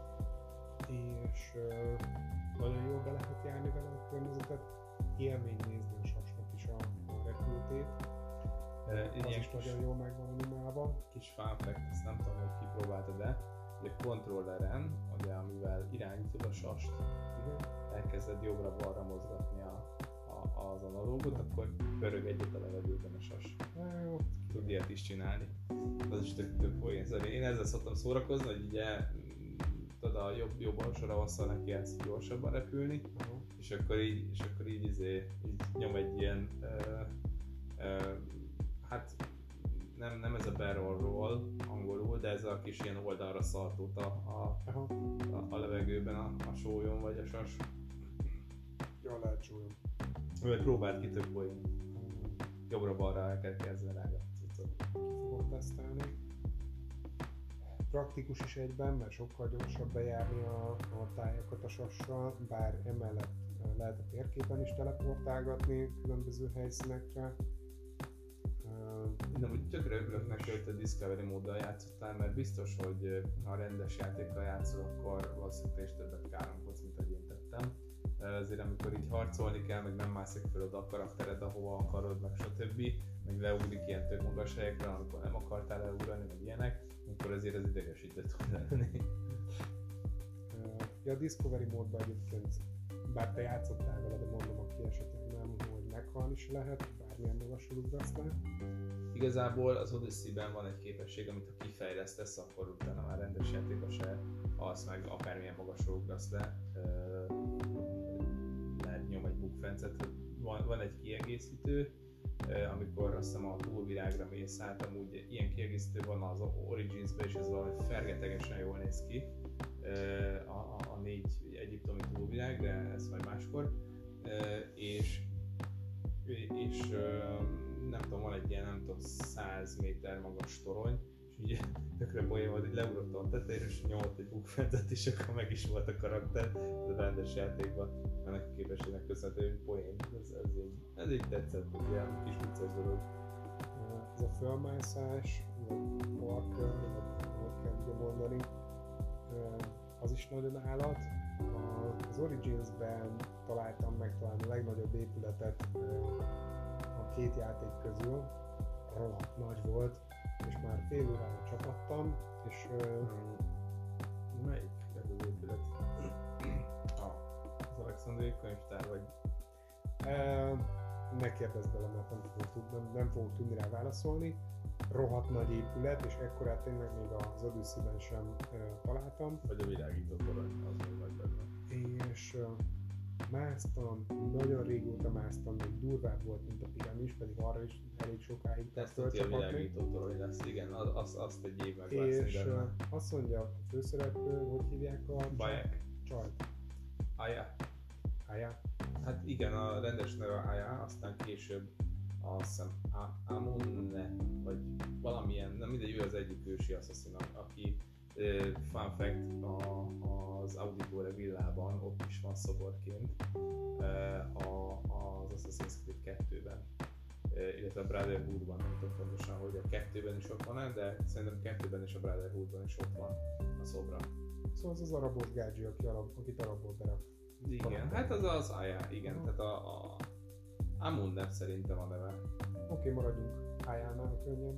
S2: És nagyon jól be lehet járni vele a környezetet. Élmény nézni a sasnak is a repültét. Az is nagyon jól meg van animálva.
S1: Kis fun fact, ezt nem tudom, hogy kipróbáltad, de a kontrolleren, ugye, amivel irányítod a sast, elkezded jobbra-balra mozgatni az analógot, akkor pörög egyet a levegőben a sas. Tud ilyet is csinálni. Az is tök poén. Én ezzel szoktam szórakozni, hogy ugye tudod, a jobb alsóra vasszal neki állsz gyorsabban repülni, és akkor így nyom egy ilyen hát nem ez a barrel roll angolul, de ez a kis ilyen oldalra szaltót a levegőben a sólyon vagy a sas.
S2: Jól lehet sólyon.
S1: Vagy próbáld ki, tök poén. Jobbra-balra el kell kezdeni rágatni.
S2: Ki fogom tesztelni. Praktikus is egyben, mert sokkal gyorsabb bejárni a tájakat a sassal, bár emellett lehet a térképen is teleportálgatni különböző helyszínekre.
S1: Nem, úgy tökre örülök neki, hogy te Discovery móddal játszottál, mert biztos, hogy ha rendes játékkal játszol, akkor valószínűleg te is többet káromkodsz, mint ahogy én tettem. Azért amikor így harcolni kell, meg nem mászik fel oda a karaktered, ahova akarod, meg stb. Meg leugrik ilyen tök magas helyekre, amikor nem akartál leugrani, meg ilyenek, akkor azért ez idegesített tud lenni.
S2: A Discovery módban egyébként, bár te játszottál vele, de mondom, aki esetleg nem, hogy meghalni is lehet, bármilyen magasról ugrasz le.
S1: Igazából az Odyssey-ben van egy képesség, amit ha kifejlesztesz, akkor utána már rendes játékos se halsz meg, akármilyen magasról ugrasz le. Lehet nyom egy bukfencet, van egy kiegészítő, amikor azt hiszem a túlvilágra mész át, amúgy ilyen kiegészítő van az Origins-ben, és ez valami fergetegesen jól néz ki. A 4 egyiptomi túlvilág, de ez majd máskor. És nem tudom, van egy ilyen, nem tudom, 100 méter magas torony, és így tökre poén volt, hogy leugrottam a tetejére, és nyomott egy bukfencet, és akkor meg is volt a karakter, ez a rendes játékban, ennek a képességnek köszönhető, hogy poén, ez így tetszett, ez ilyen kis vicces dolog.
S2: Ez a fölmászás, vagy parkour, vagy hogy kell ugye mondani, az is nagyon állat. Az Origins-ben találtam meg talán a legnagyobb épületet a két játék közül, rohadt nagy volt, és már fél órára csapattam, és...
S1: Melyik ez az épület? Az Alexandriai könyvtár, vagy?
S2: Ne kérdezz bele, mert nem fogok tudni rá válaszolni. Rohadt nagy épület, és ekkorát tényleg még az Odyssey-ben sem találtam.
S1: Vagy a világító torony, az még nagy benne.
S2: És másztam, nagyon régóta másztam, még durvább volt, mint a piramis, pedig arra is elég sokáig
S1: ezt tudja, a világító torony lesz, igen, azt egy év megvászni.
S2: És azt mondja a főszereplő, hogy hívják a csajt? Aya.
S1: Hát igen, a rendes neve Aya, aztán később azt hiszem Amunne, vagy valamilyen, nem mindegy, ő az egyik ősi asszaszin, aki fun fact, az Auditore villában ott is van szoborként az Assassin's Creed 2-ben, illetve a Brotherhoodban, nem tudom pontosan, hogy a 2-ben is ott van, de szerintem 2-ben és a Brotherhoodban is ott van a szobra.
S2: Szóval az az arabos gádzsi, akit arabból berak.
S1: Igen, hát az Aya, igen, tehát a Amunne szerintem a neve.
S2: Oké, maradjunk Ayánál könnyen.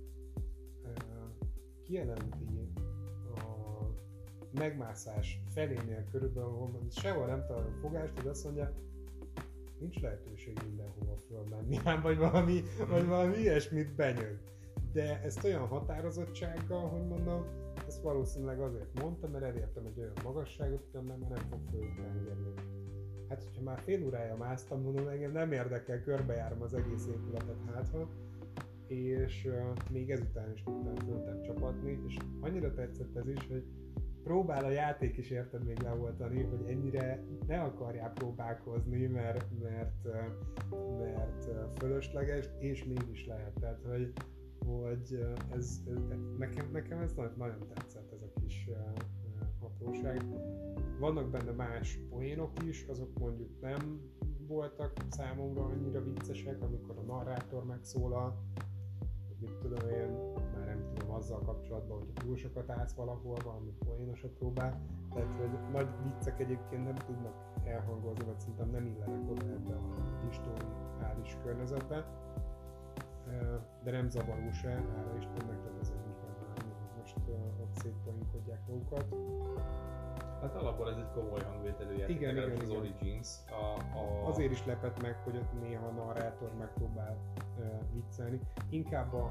S2: Kijelenti a megmászás felénél körülbelül, sehol nem találok fogást, hogy azt mondja, nincs lehetőség mindenhova fölmenni, vagy valami ilyesmit benyög. De ezt olyan határozottsággal, hogy mondom, ezt valószínűleg azért mondtam, mert elértem egy olyan magasságot, hogy nem fog fölülni engedni. Hát, hogyha már fél órája másztam, mondom, engem nem érdekel, körbejárom az egész épületet hátha, és még ezután is tudtam föltem csapatni, és annyira tetszett ez is, hogy próbál a játék is érted még leoltani, hogy ennyire ne akarjál próbálkozni, mert fölösleges, és mégis lehet. Tehát, hogy nekem ez nagyon tetszett, ez a kis apróság. Vannak benne más poénok is, azok mondjuk nem voltak számomra annyira viccesek, amikor a narrátor megszólal, mit tudom én, már nem tudom azzal kapcsolatban, hogy túl sokat állsz valahol, valami poénosat próbál, tehát hogy nagy viccek egyébként nem tudnak elhangozni, vagy szerintem nem illenek oda ebbe a historiális környezetbe, de nem zavaró se, hála Istennek, tehát ezért nincs benne, hogy most ott szétpoénkodják magukat.
S1: Hát alapból ez egy komoly hangvételű játék,
S2: igen.
S1: az Origins.
S2: Azért is lepett meg, hogy ott néha a narrátor megpróbál viccelni. Inkább a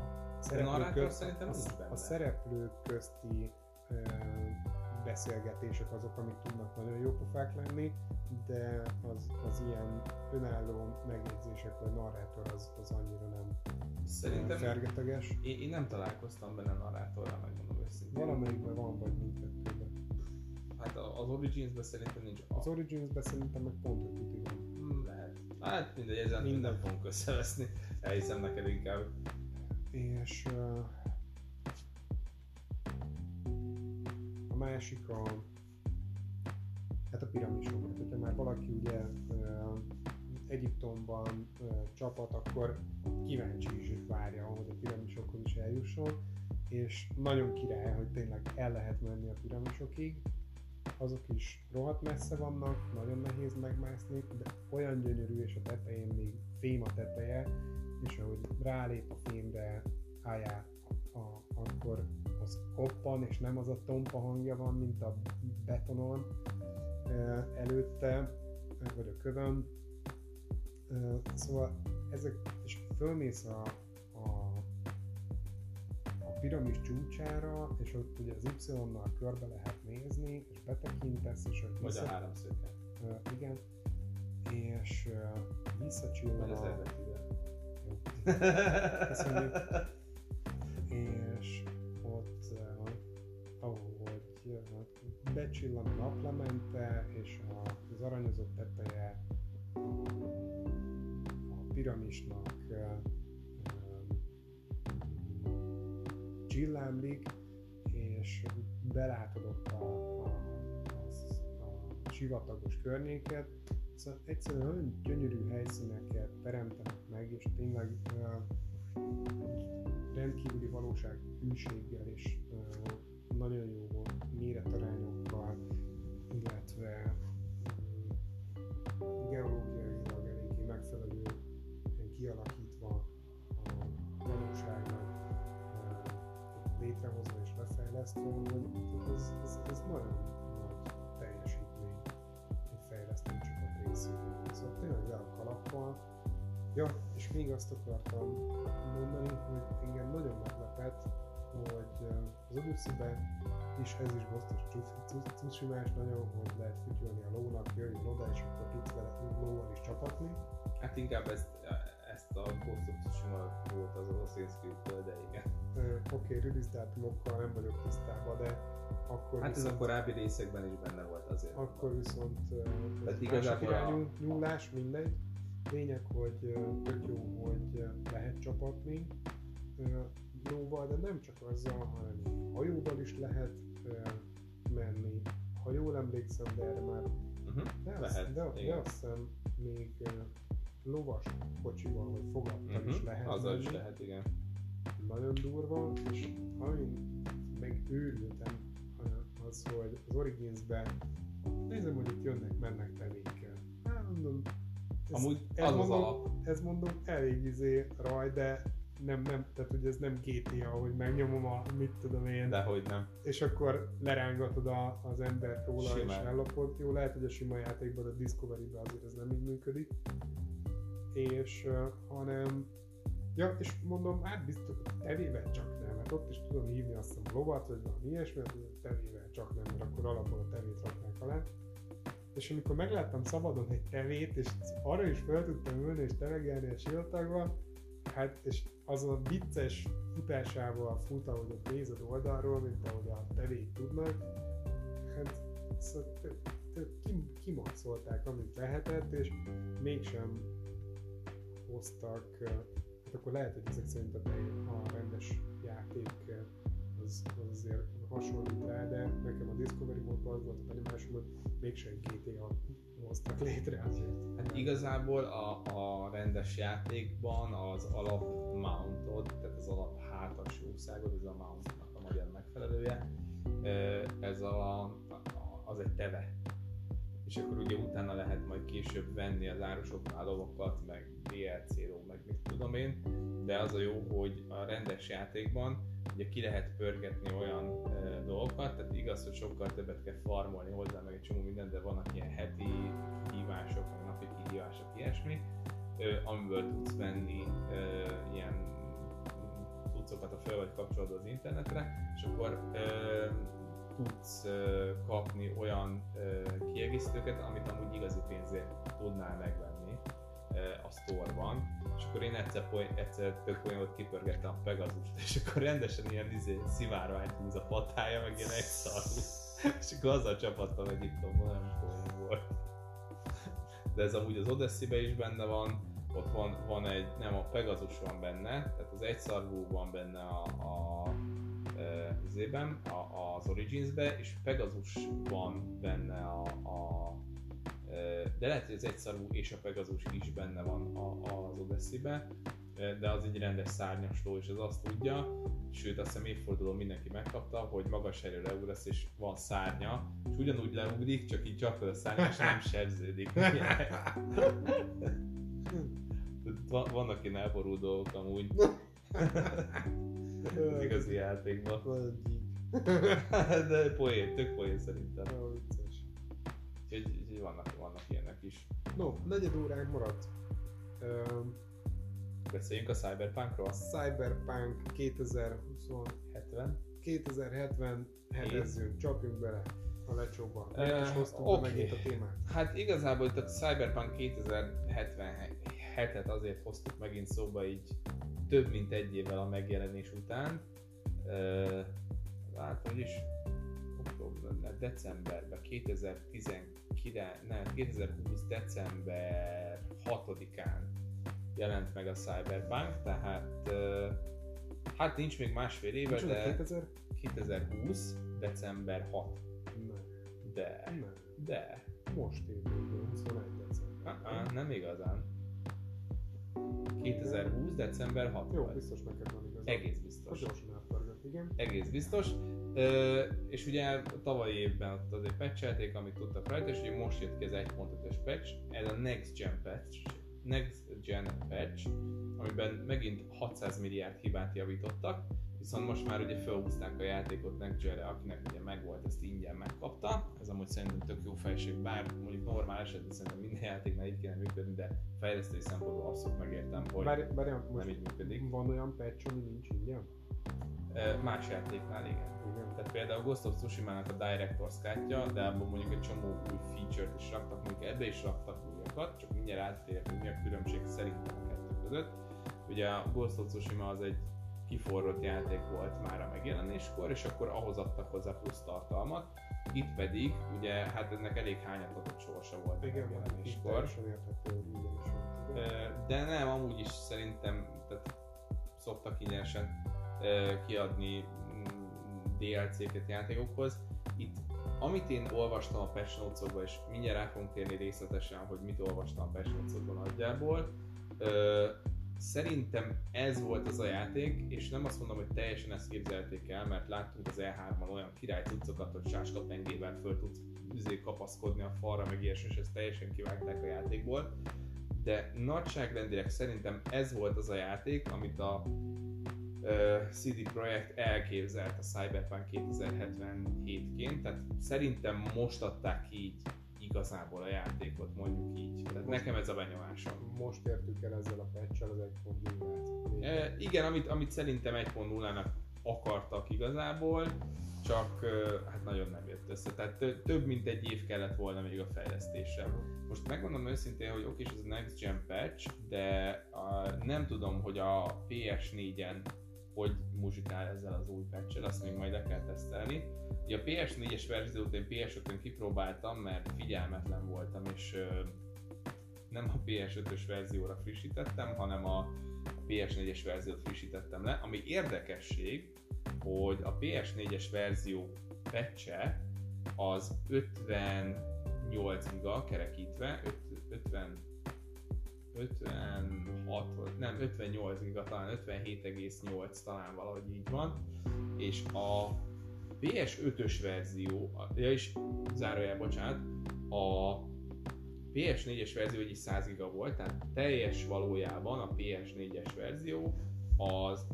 S2: szereplők közti beszélgetések azok, amik tudnak nagyon jó pofák lenni, de az ilyen önálló megjegyzések vagy narrátor az annyira nem
S1: szerintem
S2: fergeteges.
S1: Én nem találkoztam benne narrátorral, megmondom őszintén.
S2: Valamelyikben van, vagy mindkettőben.
S1: Hát az Origins-ben szerintem nincs.
S2: Az Origins-ben szerintem meg pont 5 ütig van.
S1: Lehet. Hát mindegy, ezen minden fogunk összeveszni. Elhiszem neked inkább.
S2: És a másik hát a piramisok. Hát, hogyha már valaki ugye Egyiptomban csapat, akkor kíváncsi is várja, hogy a piramisokhoz is eljusson. És nagyon király, hogy tényleg el lehet menni a piramisokig. Azok is rohadt messze vannak, nagyon nehéz megmászni, de olyan gyönyörű, és a tetején még fém a teteje, és ahogy rálép a fémre Aya, akkor az koppan, és nem az a tompa hangja van, mint a betonon előtte, vagy a kövön. Szóval ezek, és fölmész a piramis csúcsára, és ott ugye az Y-nal körbe lehet nézni, és betekintesz, és ott
S1: vagy a háromszöget.
S2: Igen, és visszacsillan
S1: az eredetivel.
S2: Köszönjük. És ott, ahogy becsillan a naplemente, és az aranyozott teteje a piramisnak csillámlik, és belátod ott a sivatagos környéket. Szóval egyszerűen nagyon gyönyörű helyszíneket teremtenek meg, és tényleg rendkívüli valósághűséggel és nagyon jó méretarányokkal, illetve geológiailag eléggé megfelelő kialakítva a valóságnak létrehozva és lefejlesztve, hogy ez nagyon nagy teljesítmény egy fejlesztő csapat részéről. Szóval tényleg le a kalappal. Ja, és még azt akartam mondani, hogy engem nagyon meglepett, hogy az Odyssey-ben is ez is biztos cucsimás nagyon, hogy lehet fütyülni a lónak, jöjjön oda, és akkor tudsz vele lóval is csapatni.
S1: Hát inkább ezt a Ghost of Tsushima volt az Assassin's Creed-ből, de igen.
S2: Oké, release dátumokkal nem vagyok tisztában, de akkor
S1: hát viszont... ez a korábbi részekben is benne volt azért.
S2: Akkor viszont
S1: másik
S2: irányú nyúlás, mindegy. Lényeg, hogy tök jó, hogy lehet csapatni lóval, de nem csak azzal, hanem hajóval is lehet menni. Ha jól emlékszem, de erre már de azt hiszem még lovas kocsival vagy fogattal is lehet
S1: azzal
S2: menni.
S1: Is lehet, igen.
S2: Nagyon durva, és amin meg őrültem az, hogy az Origins-ben nézem, hogy itt jönnek-mennek tevékkel. Mondom, ez mondom elég raj, de nem, tehát hogy ez nem GTA, hogy megnyomom a mit tudom én.
S1: Dehogy nem.
S2: És akkor lerángatod az embert róla
S1: simán.
S2: És ellopod. Jó, lehet, hogy a sima játékban, a Discovery-ben azért ez nem így működik. És hanem... Ja, és mondom, hát biztos, tevével csak nem, mert ott is tudom hívni azt hiszem a lovat, vagy valami ilyesmi, tevével csak nem, mert akkor alapból a tevét raknák alá. És amikor megláttam szabadon egy tevét, és arra is fel tudtam ülni és tevegelni a sivatagba, hát és azon a vicces futásával fut, ahogy ott nézed oldalról, mint ahogy a tevék tudnak, hát szóval kimaxolták, amit lehetett, és mégsem hoztak, hát akkor lehet, hogy ezek szerint a rendes játék az azért hasonlít rá, de nekem a Discovery módban az volt a benyomásom, hogy mégsem GTA hoztak létre azért.
S1: Hát igazából a rendes játékban az alap mountod, tehát az alap hátas jószágod, ez a mountnak a magyar megfelelője, ez az egy teve. És akkor ugye utána lehet majd később venni az árusoknál lovakat, meg DLC-ról, meg mit tudom én, de az a jó, hogy a rendes játékban ugye ki lehet pörgetni olyan dolgokat, tehát igaz, hogy sokkal többet kell farmolni hozzá, meg egy csomó minden, de vannak ilyen heti kihívások, meg napi kihívások, ilyesmi, amiből tudsz venni ilyen cuccokat, a fel vagy kapcsolódva az internetre, és akkor tudsz kapni olyan kiegészítőket, amit amúgy igazi pénzért tudnál megvenni a store-ban, és akkor én egyszer tök olyan, hogy kipörgettem a Pegazust, és akkor rendesen ilyen szivárványt húz a patája, meg ilyen egyszarú, és akkor azzal csapattam Egyiptomban, nem poén volt. De ez amúgy az Odyssey-ben is benne van, ott van egy, nem a Pegazus van benne, tehát az egyszarvú van benne az Origins-be, és Pegasus van benne de lehet, hogy az egyszarvú és a Pegasus is benne van az Odyssey-be, de az egy rendes szárnyas ló, és az azt tudja, sőt azt hiszem évfordulón mindenki megkapta, hogy magas erőre ugrasz, és van szárnya, és ugyanúgy leugrik, csak így csapod a szárnya, és nem sebződik. Vannak ilyen elborult dolgok amúgy. Az igazi játékban. De tök poén szerintem. Úgyhogy vannak ilyenek is.
S2: No, 4 óránk maradt.
S1: Beszéljünk a Cyberpunkról.
S2: Cyberpunk 2070 hetezzünk, csapjunk bele a lecsóba. És hoztunk be megint a témát.
S1: Hát igazából itt a Cyberpunk 2077-et azért hoztuk megint szóba így több mint egy évvel a megjelenés után. Hát hogy is decemberben, 2020 december 6-án jelent meg a Cyberpunk, tehát Hát nincs még másfél éve,
S2: Micsoda,
S1: de
S2: 2000?
S1: 2020. december 6.
S2: Nem.
S1: De.
S2: Nem. Most évvégén, 21 december.
S1: Nem igazán. 2020. december 6.
S2: Jó, biztos neked van igazán.
S1: Egész biztos.
S2: Gyorsan átpörgött, igen.
S1: Egész biztos. És ugye tavalyi évben ott azért patchelték, amit tudtak rajta, és ugye most jött ki az 1.5-ös patch, ez a Next Gen patch, amiben megint 600 milliárd hibát javítottak, viszont most már ugye felhúzták a játékot Next Gen-re, akinek ugye megvolt, ezt ingyen megkapta. Ez amúgy szerintem tök jó fejség, bár mondjuk normál esetben szerintem minden játéknál így kéne működni, de fejlesztői szempontból abszolút megértem, hogy nem így működik.
S2: Van olyan patch, ami nincs ingyen?
S1: Más játéknál igen. Tehát például Ghost of Tsushima-nak a Director's Cut-ja, de abban mondjuk egy csomó új feature-t is raktak, mondjuk ebbe is raktak újakat, csak mindjárt áttérünk, hogy mi a különbség szerintem a kettő között. Ugye a Ghost of Tsushima az egy kiforrott játék volt már a megjelenéskor, és akkor ahhoz adtak hozzá plusz tartalmat. Itt pedig, ugye, hát ennek elég hányatatott sorsa volt a megjelenéskor. De nem, amúgy is szerintem tehát szoktak ingyenesen kiadni DLC-ket játékokhoz. Itt, amit én olvastam a patch notes-okban, és mindjárt rá fogunk térni részletesen, hogy mit olvastam a patch notes-okban nagyjából, szerintem ez volt az a játék, és nem azt mondom, hogy teljesen ezt képzelték el, mert láttunk az E3-ban olyan király cuccokat, hogy sáskapengével föl tudsz kapaszkodni a falra, meg ilyesmi, és ezt teljesen kivágták a játékból. De nagyságrendileg szerintem ez volt az a játék, amit a CD Projekt elképzelt a Cyberpunk 2077-ként, tehát szerintem most adták ki így igazából a játékot, mondjuk így. Tehát most, nekem ez a benyomásom.
S2: Most értük el ezzel a patch-el az 1.0-át.
S1: Igen, amit szerintem 1.0-nak akartak igazából, csak hát nagyon nem jött össze. Tehát több mint egy év kellett volna még a fejlesztésre. Most megmondom őszintén, hogy oké, ez a Next Gen patch, de nem tudom, hogy a PS4-en hogy muzsikál ezzel az új patch-el, azt még majd le kell tesztelni. Ugye a PS4-es verziót én PS5-ön kipróbáltam, mert figyelmetlen voltam, és nem a PS5-ös verzióra frissítettem, hanem a PS4-es verziót frissítettem le, ami érdekesség, hogy a PS4-es verzió patch-e az 58 giga kerekítve, 58 giga, talán 57,8 talán valahogy így van, és a PS5-ös verzió, a PS4-es verzió egy 100 giga volt, tehát teljes valójában a PS4-es verzió az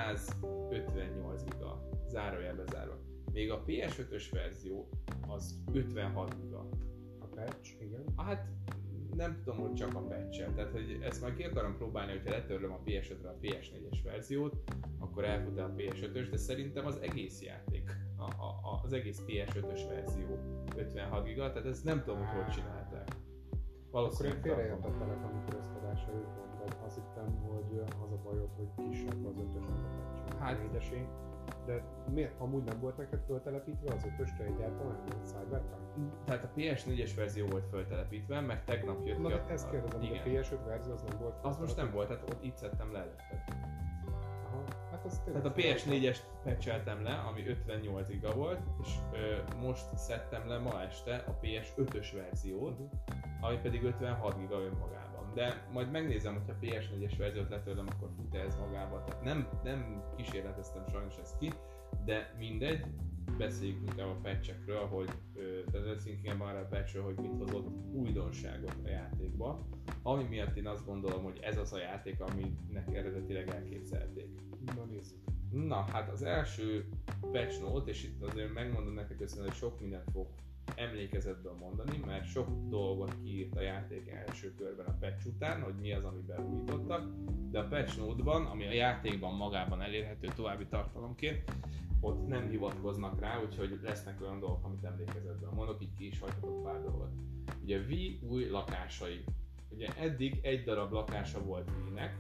S1: 158 giga, zárójelbe zárva. Még a PS5-ös verzió az 56 giga.
S2: A patch, igen.
S1: Hát nem tudom, hogy csak a patch-el, tehát hogy ezt majd ki akarom próbálni, hogyha letörlöm a PS5-re a PS4-es verziót, akkor elfut el a PS5-ös, de szerintem az egész játék, az egész PS5-ös verzió 56 giga, tehát ezt nem tudom, hogy csinálták.
S2: Valószínűleg akkor én félreértettelek, amikor ezt adás előtt mondtad. Azt hittem, hogy az a bajod, hogy kisebb az 5-ösnek a patch, hát, a 4-esén. De miért? Amúgy nem volt neked föltelepítve az 5-östre egyáltalán, mint Cyberpunk?
S1: Tehát a PS4-es verzió volt föltelepítve, mert tegnap jött ki
S2: a... ezt kérdezem, hogy a PS5 verzió az nem volt?
S1: Az most nem volt, tehát ott itt szedtem le előtted.
S2: Hát az
S1: tehát a PS4-est patcheltem le, ami 58 giga volt, és most szedtem le ma este a PS5-ös verziót, ami pedig 56 giga önmagában. De majd megnézem, hogyha a PS4-es verziót letörlöm, akkor fut ez magába. Tehát nem kísérleteztem sajnos ezt ki, de mindegy, beszéljük inkább a patchekről, hogy beszéljünk inkább arra a patchről, hogy mit hozott újdonságot a játékba. Ami miatt én azt gondolom, hogy ez az a játék, aminek eredetileg elképzelték.
S2: Na nézzük.
S1: Na, hát az első patch note, és itt azért megmondom nektek össze, hogy sok mindent fog emlékezetből mondani, mert sok dolgot kiírt a játék első körben a patch után, hogy mi az, amiben újítottak, de a patch note-ban, ami a játékban magában elérhető további tartalomként, ott nem hivatkoznak rá, úgyhogy lesznek olyan dolgok, amit emlékezetben mondok, így ki is hagyhatok pár dolgot. Ugye Wii új lakásai. Ugye eddig egy darab lakása volt Wii-nek,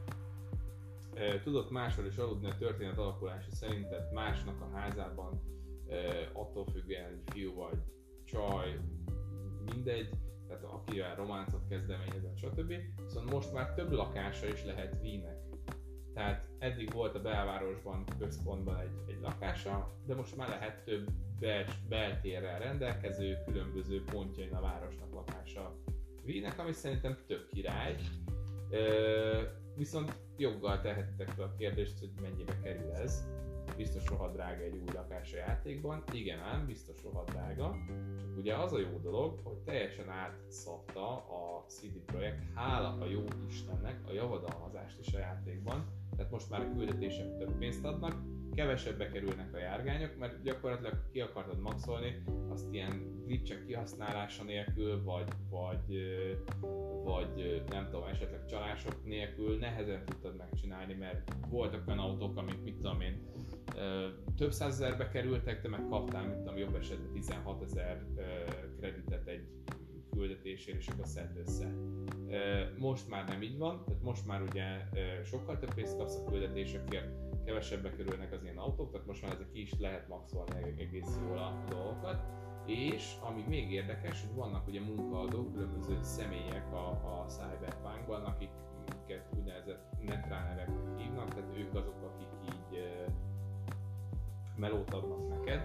S1: tudott máshol is aludni a történet alakulása szerint, tehát másnak a házában, attól függően, hogy fiú vagy csaj, mindegy, tehát akivel románcot kezdeményezett, stb. Viszont most már több lakása is lehet Wii-nek. Tehát eddig volt a belvárosban, központban egy lakása, de most már lehet több beltérrel rendelkező, különböző pontjain a városnak lakása Wien-nek, ami szerintem tök király. Viszont joggal tehetitek fel a kérdést, hogy mennyibe kerül ez. Biztos rohadt drága egy új lakás a játékban. Igen ám, biztos rohadt drága. Csak ugye az a jó dolog, hogy teljesen átszabta a CD Projekt, hála a jó Istennek, a javadalmazást is a játékban. Tehát most már a küldetések több pénzt adnak, kevesebbe kerülnek a járgányok, mert gyakorlatilag ki akartad maxolni, azt ilyen glitchek kihasználása nélkül, vagy nem tudom, esetleg csalások nélkül nehezen tudtad megcsinálni, mert voltak olyan autók, amik mit tudom én, több százezerbe kerültek, te meg kaptál, mit tudom, jobb esetben 16 000 kreditet egy küldetésért, és akkor szedd össze. Most már nem így van, tehát most már ugye sokkal több pénzt kapsz a küldetésekért, kevesebbe kerülnek az ilyen autók, tehát most már ezek ki is lehet maxolni egész jól a dolgokat. És ami még érdekes, hogy vannak ugye munkaadók, különböző személyek a Cyberpunkban, akiket úgynevezett netrunnerek hívnak, tehát ők azok, akik így melót adnak neked.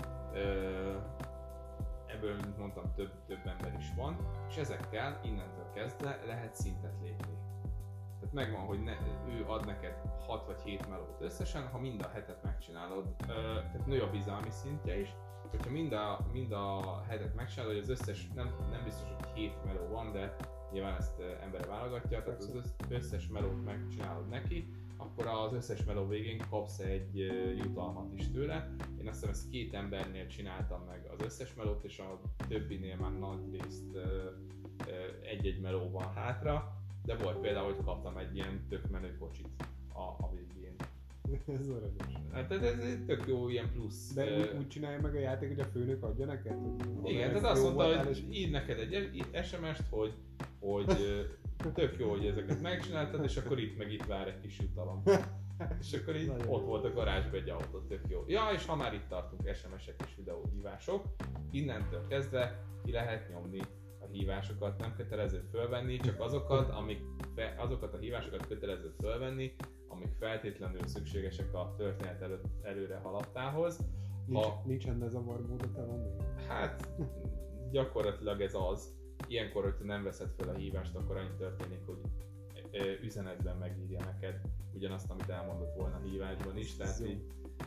S1: Ebből, mint mondtam, több ember is van, és ezekkel innentől kezdve lehet szintet lépni. Tehát megvan, hogy ő ad neked 6 vagy 7 melót összesen, ha mind a hetet megcsinálod, tehát nő a bizalmi szintje is, hogyha mind a hetet megcsinálod, hogy az összes, nem biztos, hogy 7 meló van, de nyilván ezt embere válogatja, tehát az összes melót megcsinálod neki, akkor az összes meló végén kapsz egy jutalmat is tőle. Én azt hiszem, ezt 2 embernél csináltam meg az összes melót, és a többinél már nagy részt egy-egy meló van hátra, de volt például, hogy kaptam egy ilyen tök menő kocsit a végén.
S2: Ez aranyos.
S1: Hát ez tök jó ilyen plusz.
S2: De úgy csinálja meg a játék, hogy a főnök adja neked?
S1: Igen, tehát azt mondta, hogy ír neked egy SMS-t, hogy tök jó, hogy ezeket megcsináltad, és akkor itt vár egy kis jutalom. És akkor így ott volt a garázsban egy autó, tök jó. Ja, és ha már itt tartunk, SMS-ek és videóhívások, innentől kezdve ki lehet nyomni a hívásokat, nem kötelező fölvenni, csak azokat a hívásokat kötelező fölvenni, amik feltétlenül szükségesek a történet előre haladtához.
S2: Nincsen ez a zavarmód a telon?
S1: Hát gyakorlatilag ez az. Ilyenkor, hogyha nem veszed fel a hívást, akkor annyi történik, hogy üzenetben megírja neked ugyanazt, amit elmondott volna a hívásban is, tehát így,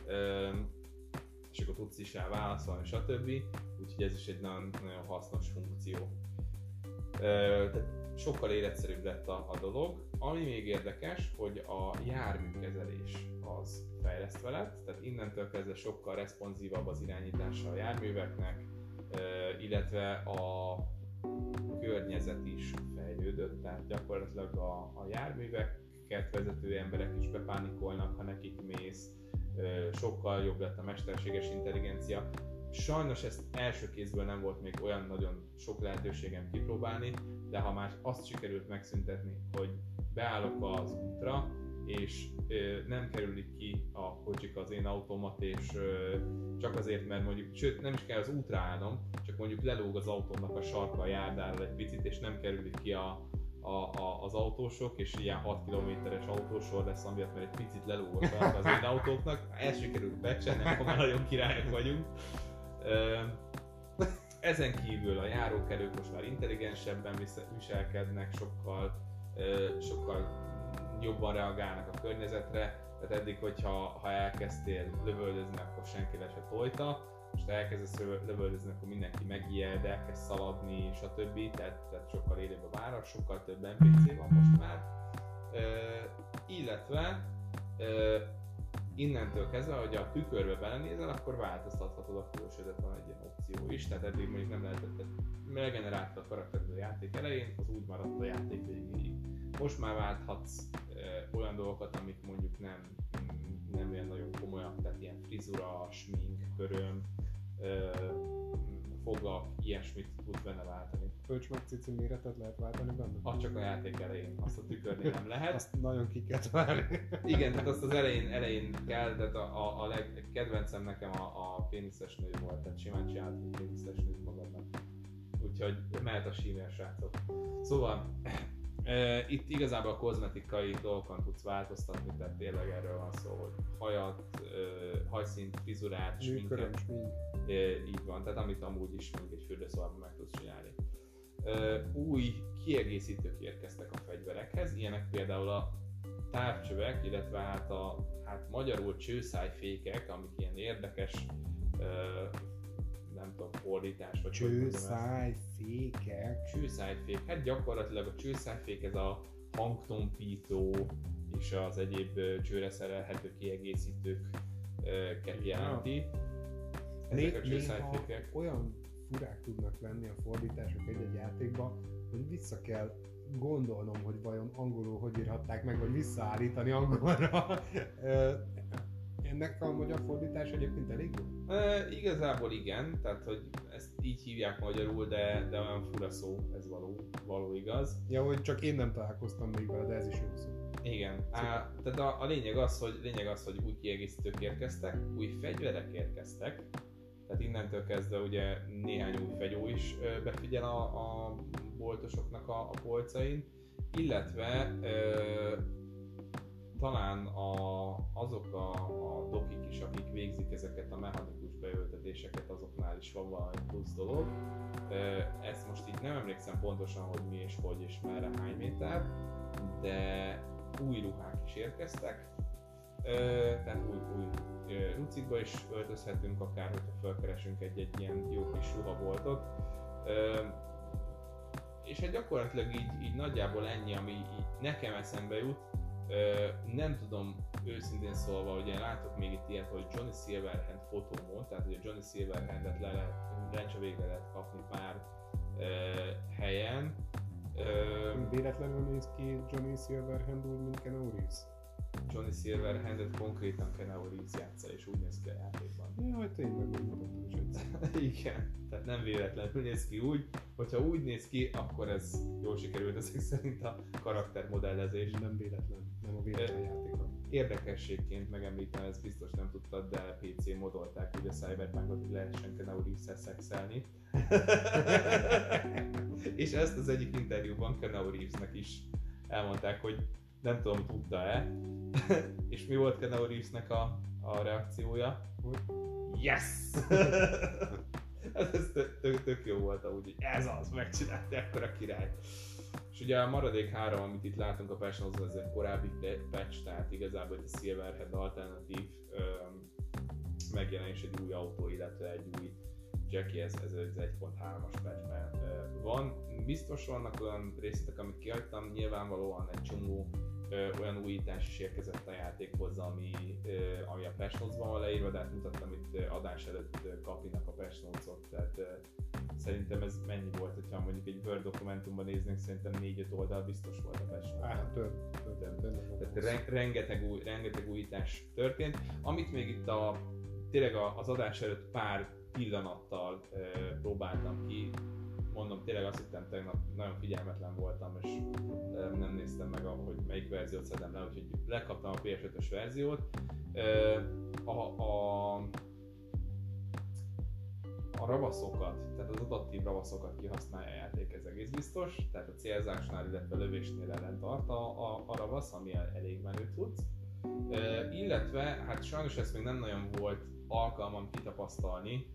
S1: és akkor tudsz is rá válaszolni, stb. Úgyhogy ez is egy nagyon, nagyon hasznos funkció. Tehát sokkal életszerűbb lett a dolog. Ami még érdekes, hogy a járműkezelés az fejlesztve lett, tehát innentől kezdve sokkal responsívabb az irányítása a járműveknek, illetve a környezet is fejlődött, tehát gyakorlatilag a járműveket vezető emberek is bepánikolnak, ha nekik mész, sokkal jobb lett a mesterséges intelligencia. Sajnos ezt első kézből nem volt még olyan nagyon sok lehetőségem kipróbálni, de ha már azt sikerült megszüntetni, hogy beállok az útra, és nem kerülik ki a kocsik az én autómat, és csak azért, mert mondjuk, sőt nem is kell az útra állnom, csak mondjuk lelóg az autómnak a sarka a járdáról egy picit, és nem kerülik ki az autósok, és ilyen 6 kilométeres autósor lesz, amiatt mert egy picit lelóg a sarka az én autóknak. Ezt sikerült becsenni, akkor már nagyon királyok vagyunk. Ezen kívül a járókelők most már intelligensebben viselkednek, sokkal jobban reagálnak a környezetre, tehát eddig, hogyha elkezdtél lövöldözni, akkor senki le se tojta, most elkezdesz lövöldözni, akkor mindenki megijed, elkezd szaladni, stb. Tehát sokkal élőbb a város, sokkal több NPC van most már. Illetve innentől kezdve, hogy a tükörbe belenézel, akkor változtathatod a külsődet, van egy ilyen opció is, tehát eddig mondjuk nem lehetett regeneráltad a karaktered a játék elején, az úgy maradt a játék végéig. Most már válthatsz olyan dolgokat, amik mondjuk nem olyan nagyon komolyak, tehát ilyen frizura, smink, köröm, fogak, ilyesmit tudsz benne váltani.
S2: Pölcs meg cici méretet lehet váltani benne?
S1: Az csak a játék elején, azt a tükörnél nem lehet.
S2: Azt nagyon ki kell várni.
S1: Igen, tehát azt az elején kell, de a kedvencem nekem a péniszes nő volt, tehát simán csináltuk a péniszes nőt magadnak. Úgyhogy mehet a sínél, srácok. Szóval Itt igazából a kozmetikai dolgokon tudsz változtatni, tehát tényleg erről van szó, hogy hajat, hajszínt, frizurát, sminket. Így van, tehát amit amúgy is egy fürdőszobában meg tudsz csinálni. Új kiegészítők érkeztek a fegyverekhez, ilyenek például a távcsövek, illetve hát magyarul csőszájfékek, amik ilyen érdekes, nem tudom, fordítás vagy
S2: csőszájfékek.
S1: Csőszájfék, hát gyakorlatilag a csőszájfék ez a hangtompító és az egyéb csőre szerelhető kiegészítőket jelenti. Ezek a csőszájfékek
S2: olyan furák tudnak lenni a fordítások egy játékban, hogy vissza kell gondolnom, hogy vajon angolul hogy írhatták meg, vagy visszaállítani angolra. Ennek a magyar fordítás egyébként elég jó?
S1: Igazából igen, tehát hogy ezt így hívják magyarul, de olyan fura szó, ez való igaz.
S2: Ja, hogy csak én nem találkoztam még vele, de ez is jó szó.
S1: Igen, tehát a lényeg az, hogy új kiegészítők érkeztek, új fegyverek érkeztek, tehát innentől kezdve ugye néhány új fegyó is befigyel a boltosoknak a polcain, illetve talán azok a dokik is, akik végzik ezeket a mechanikus beültetéseket, azoknál is van valami plusz dolog. Ezt most így nem emlékszem pontosan, hogy mi és hogy és merre, hány méter, de új ruhák is érkeztek. Tehát új rucikba is öltözhetünk, akár hogyha felkeresünk egy ilyen jó kis ruhaboltot. És hát gyakorlatilag így nagyjából ennyi, ami így nekem eszembe jut. Nem tudom őszintén szólva, hogy én látok még itt ilyet, hogy Johnny Silverhand fotómon, tehát hogy a Johnny Silverhandet lencse végre lehet kapni pár helyen.
S2: Véletlenül néz ki Johnny Silverhand úgy, mint Keanu Reeves?
S1: Johnny Silverhandet konkrétan Keanu Reeves játsza, és úgy néz ki a játékban.
S2: Jaj, tényleg megmutatom is egyszer.
S1: Igen, tehát nem véletlenül néz ki úgy, hogyha úgy néz ki, akkor ez jól sikerült ezek szerint a karaktermodellezés.
S2: Nem véletlen, nem a véletlen játékban.
S1: Érdekességként megemlítem, ezt biztos nem tudtad, de PC modolták úgy a Cyberpunkot, hogy lehessen Keanu Reeves-szel szexelni. És ezt az egyik interjúban Keanu Reevesnek is elmondták, hogy nem tudom, tudta-e. És mi volt Keanu Reevesnek a reakciója? Yes! Ez tök jó volt úgy, hogy ez az, megcsinálta, ekkora király. És ugye a maradék 3, amit itt látunk a patch, az egy korábbi patch, tehát igazából egy Silverhand alternatív megjelenés, egy új autó, illetve egy új Jackie, ez az 1.3-as patchben van. Biztos vannak olyan részletek, amit kihagytam, nyilvánvalóan egy csomó olyan újítás is érkezett a játékhoz, ami a patch notes-ban van leírva, de hát mutattam itt adás előtt Kapinak a patch notes-ot, tehát szerintem ez mennyi volt, hogyha mondjuk egy Word dokumentumban néznénk, szerintem 4-5 oldal biztos volt a patch notes. Tehát rengeteg újítás történt, amit még itt tényleg az adás előtt pár pillanattal próbáltam ki. Mondom, tényleg azt hittem, tegnap nagyon figyelmetlen voltam, és nem néztem meg, hogy melyik verziót szedem le, úgyhogy lekaptam a PS5-ös verziót. A ravaszokat, tehát az adaptív ravaszokat kihasználja a játék, ez egész biztos, tehát a célzásnál, illetve lövésnél ellen tart a ravasz, ami elég menő cucc. Illetve, hát sajnos ezt még nem nagyon volt alkalmam kitapasztalni,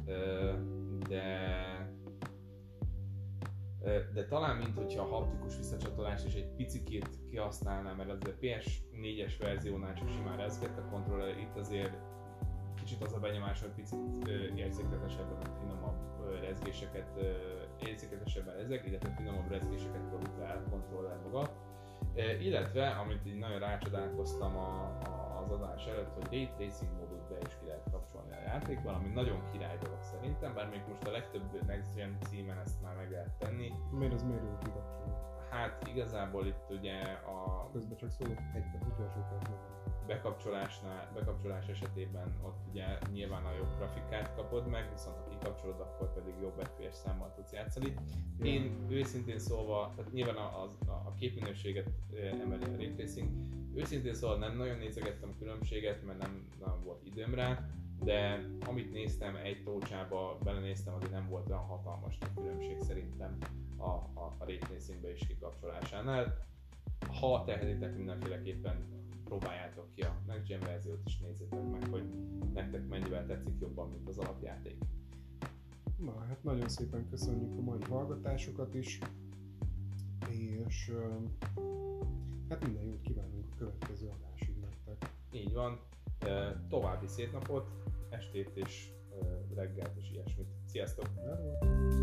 S1: de talán minthogyha a haptikus visszacsatolást is egy picikét kihasználnám, mert azért a PS4-es verziónál csak simán rezgett a kontroller, itt azért kicsit az a benyomás, hogy picit érzékletesebben, finomabb érzékletesebben ezek, illetve finomabb rezgéseket produkál a kontroller maga. Illetve, amit így nagyon rácsodálkoztam az adás előtt, hogy Ray Tracing módot be is ki lehet kapcsolni a játékban, ami nagyon király dolog szerintem, bár még most a legtöbb Next Gen címen ezt már meg lehet tenni.
S2: Miért jó kikapcsolni?
S1: Hát igazából itt ugye
S2: közben csak szólok egy utolsó percben.
S1: Bekapcsolás esetében ott ugye nyilván a jobb grafikát kapod meg, viszont ha kikapcsolod, akkor pedig jobb FPS számmal tudsz játszani. Én őszintén szólva, tehát nyilván a képminőséget emeli a Ray Tracing, őszintén szólva nem nagyon nézegettem a különbséget, mert nem volt időm rá, de amit néztem egy tócsába, belenéztem, azért nem volt olyan hatalmas különbség szerintem a ray tracingbe is kikapcsolásánál. Ha tehetitek, mindenféleképpen próbáljátok ki a Next Gen verziót, és nézzétek meg, hogy nektek mennyivel tetszik jobban, mint az alapjáték.
S2: Na, hát nagyon szépen köszönjük a mai hallgatásokat is, és hát minden jót kívánunk a következő adásig nektek.
S1: Így van, további szép napot, estét és reggelt és ilyesmit. Sziasztok!
S2: Hello.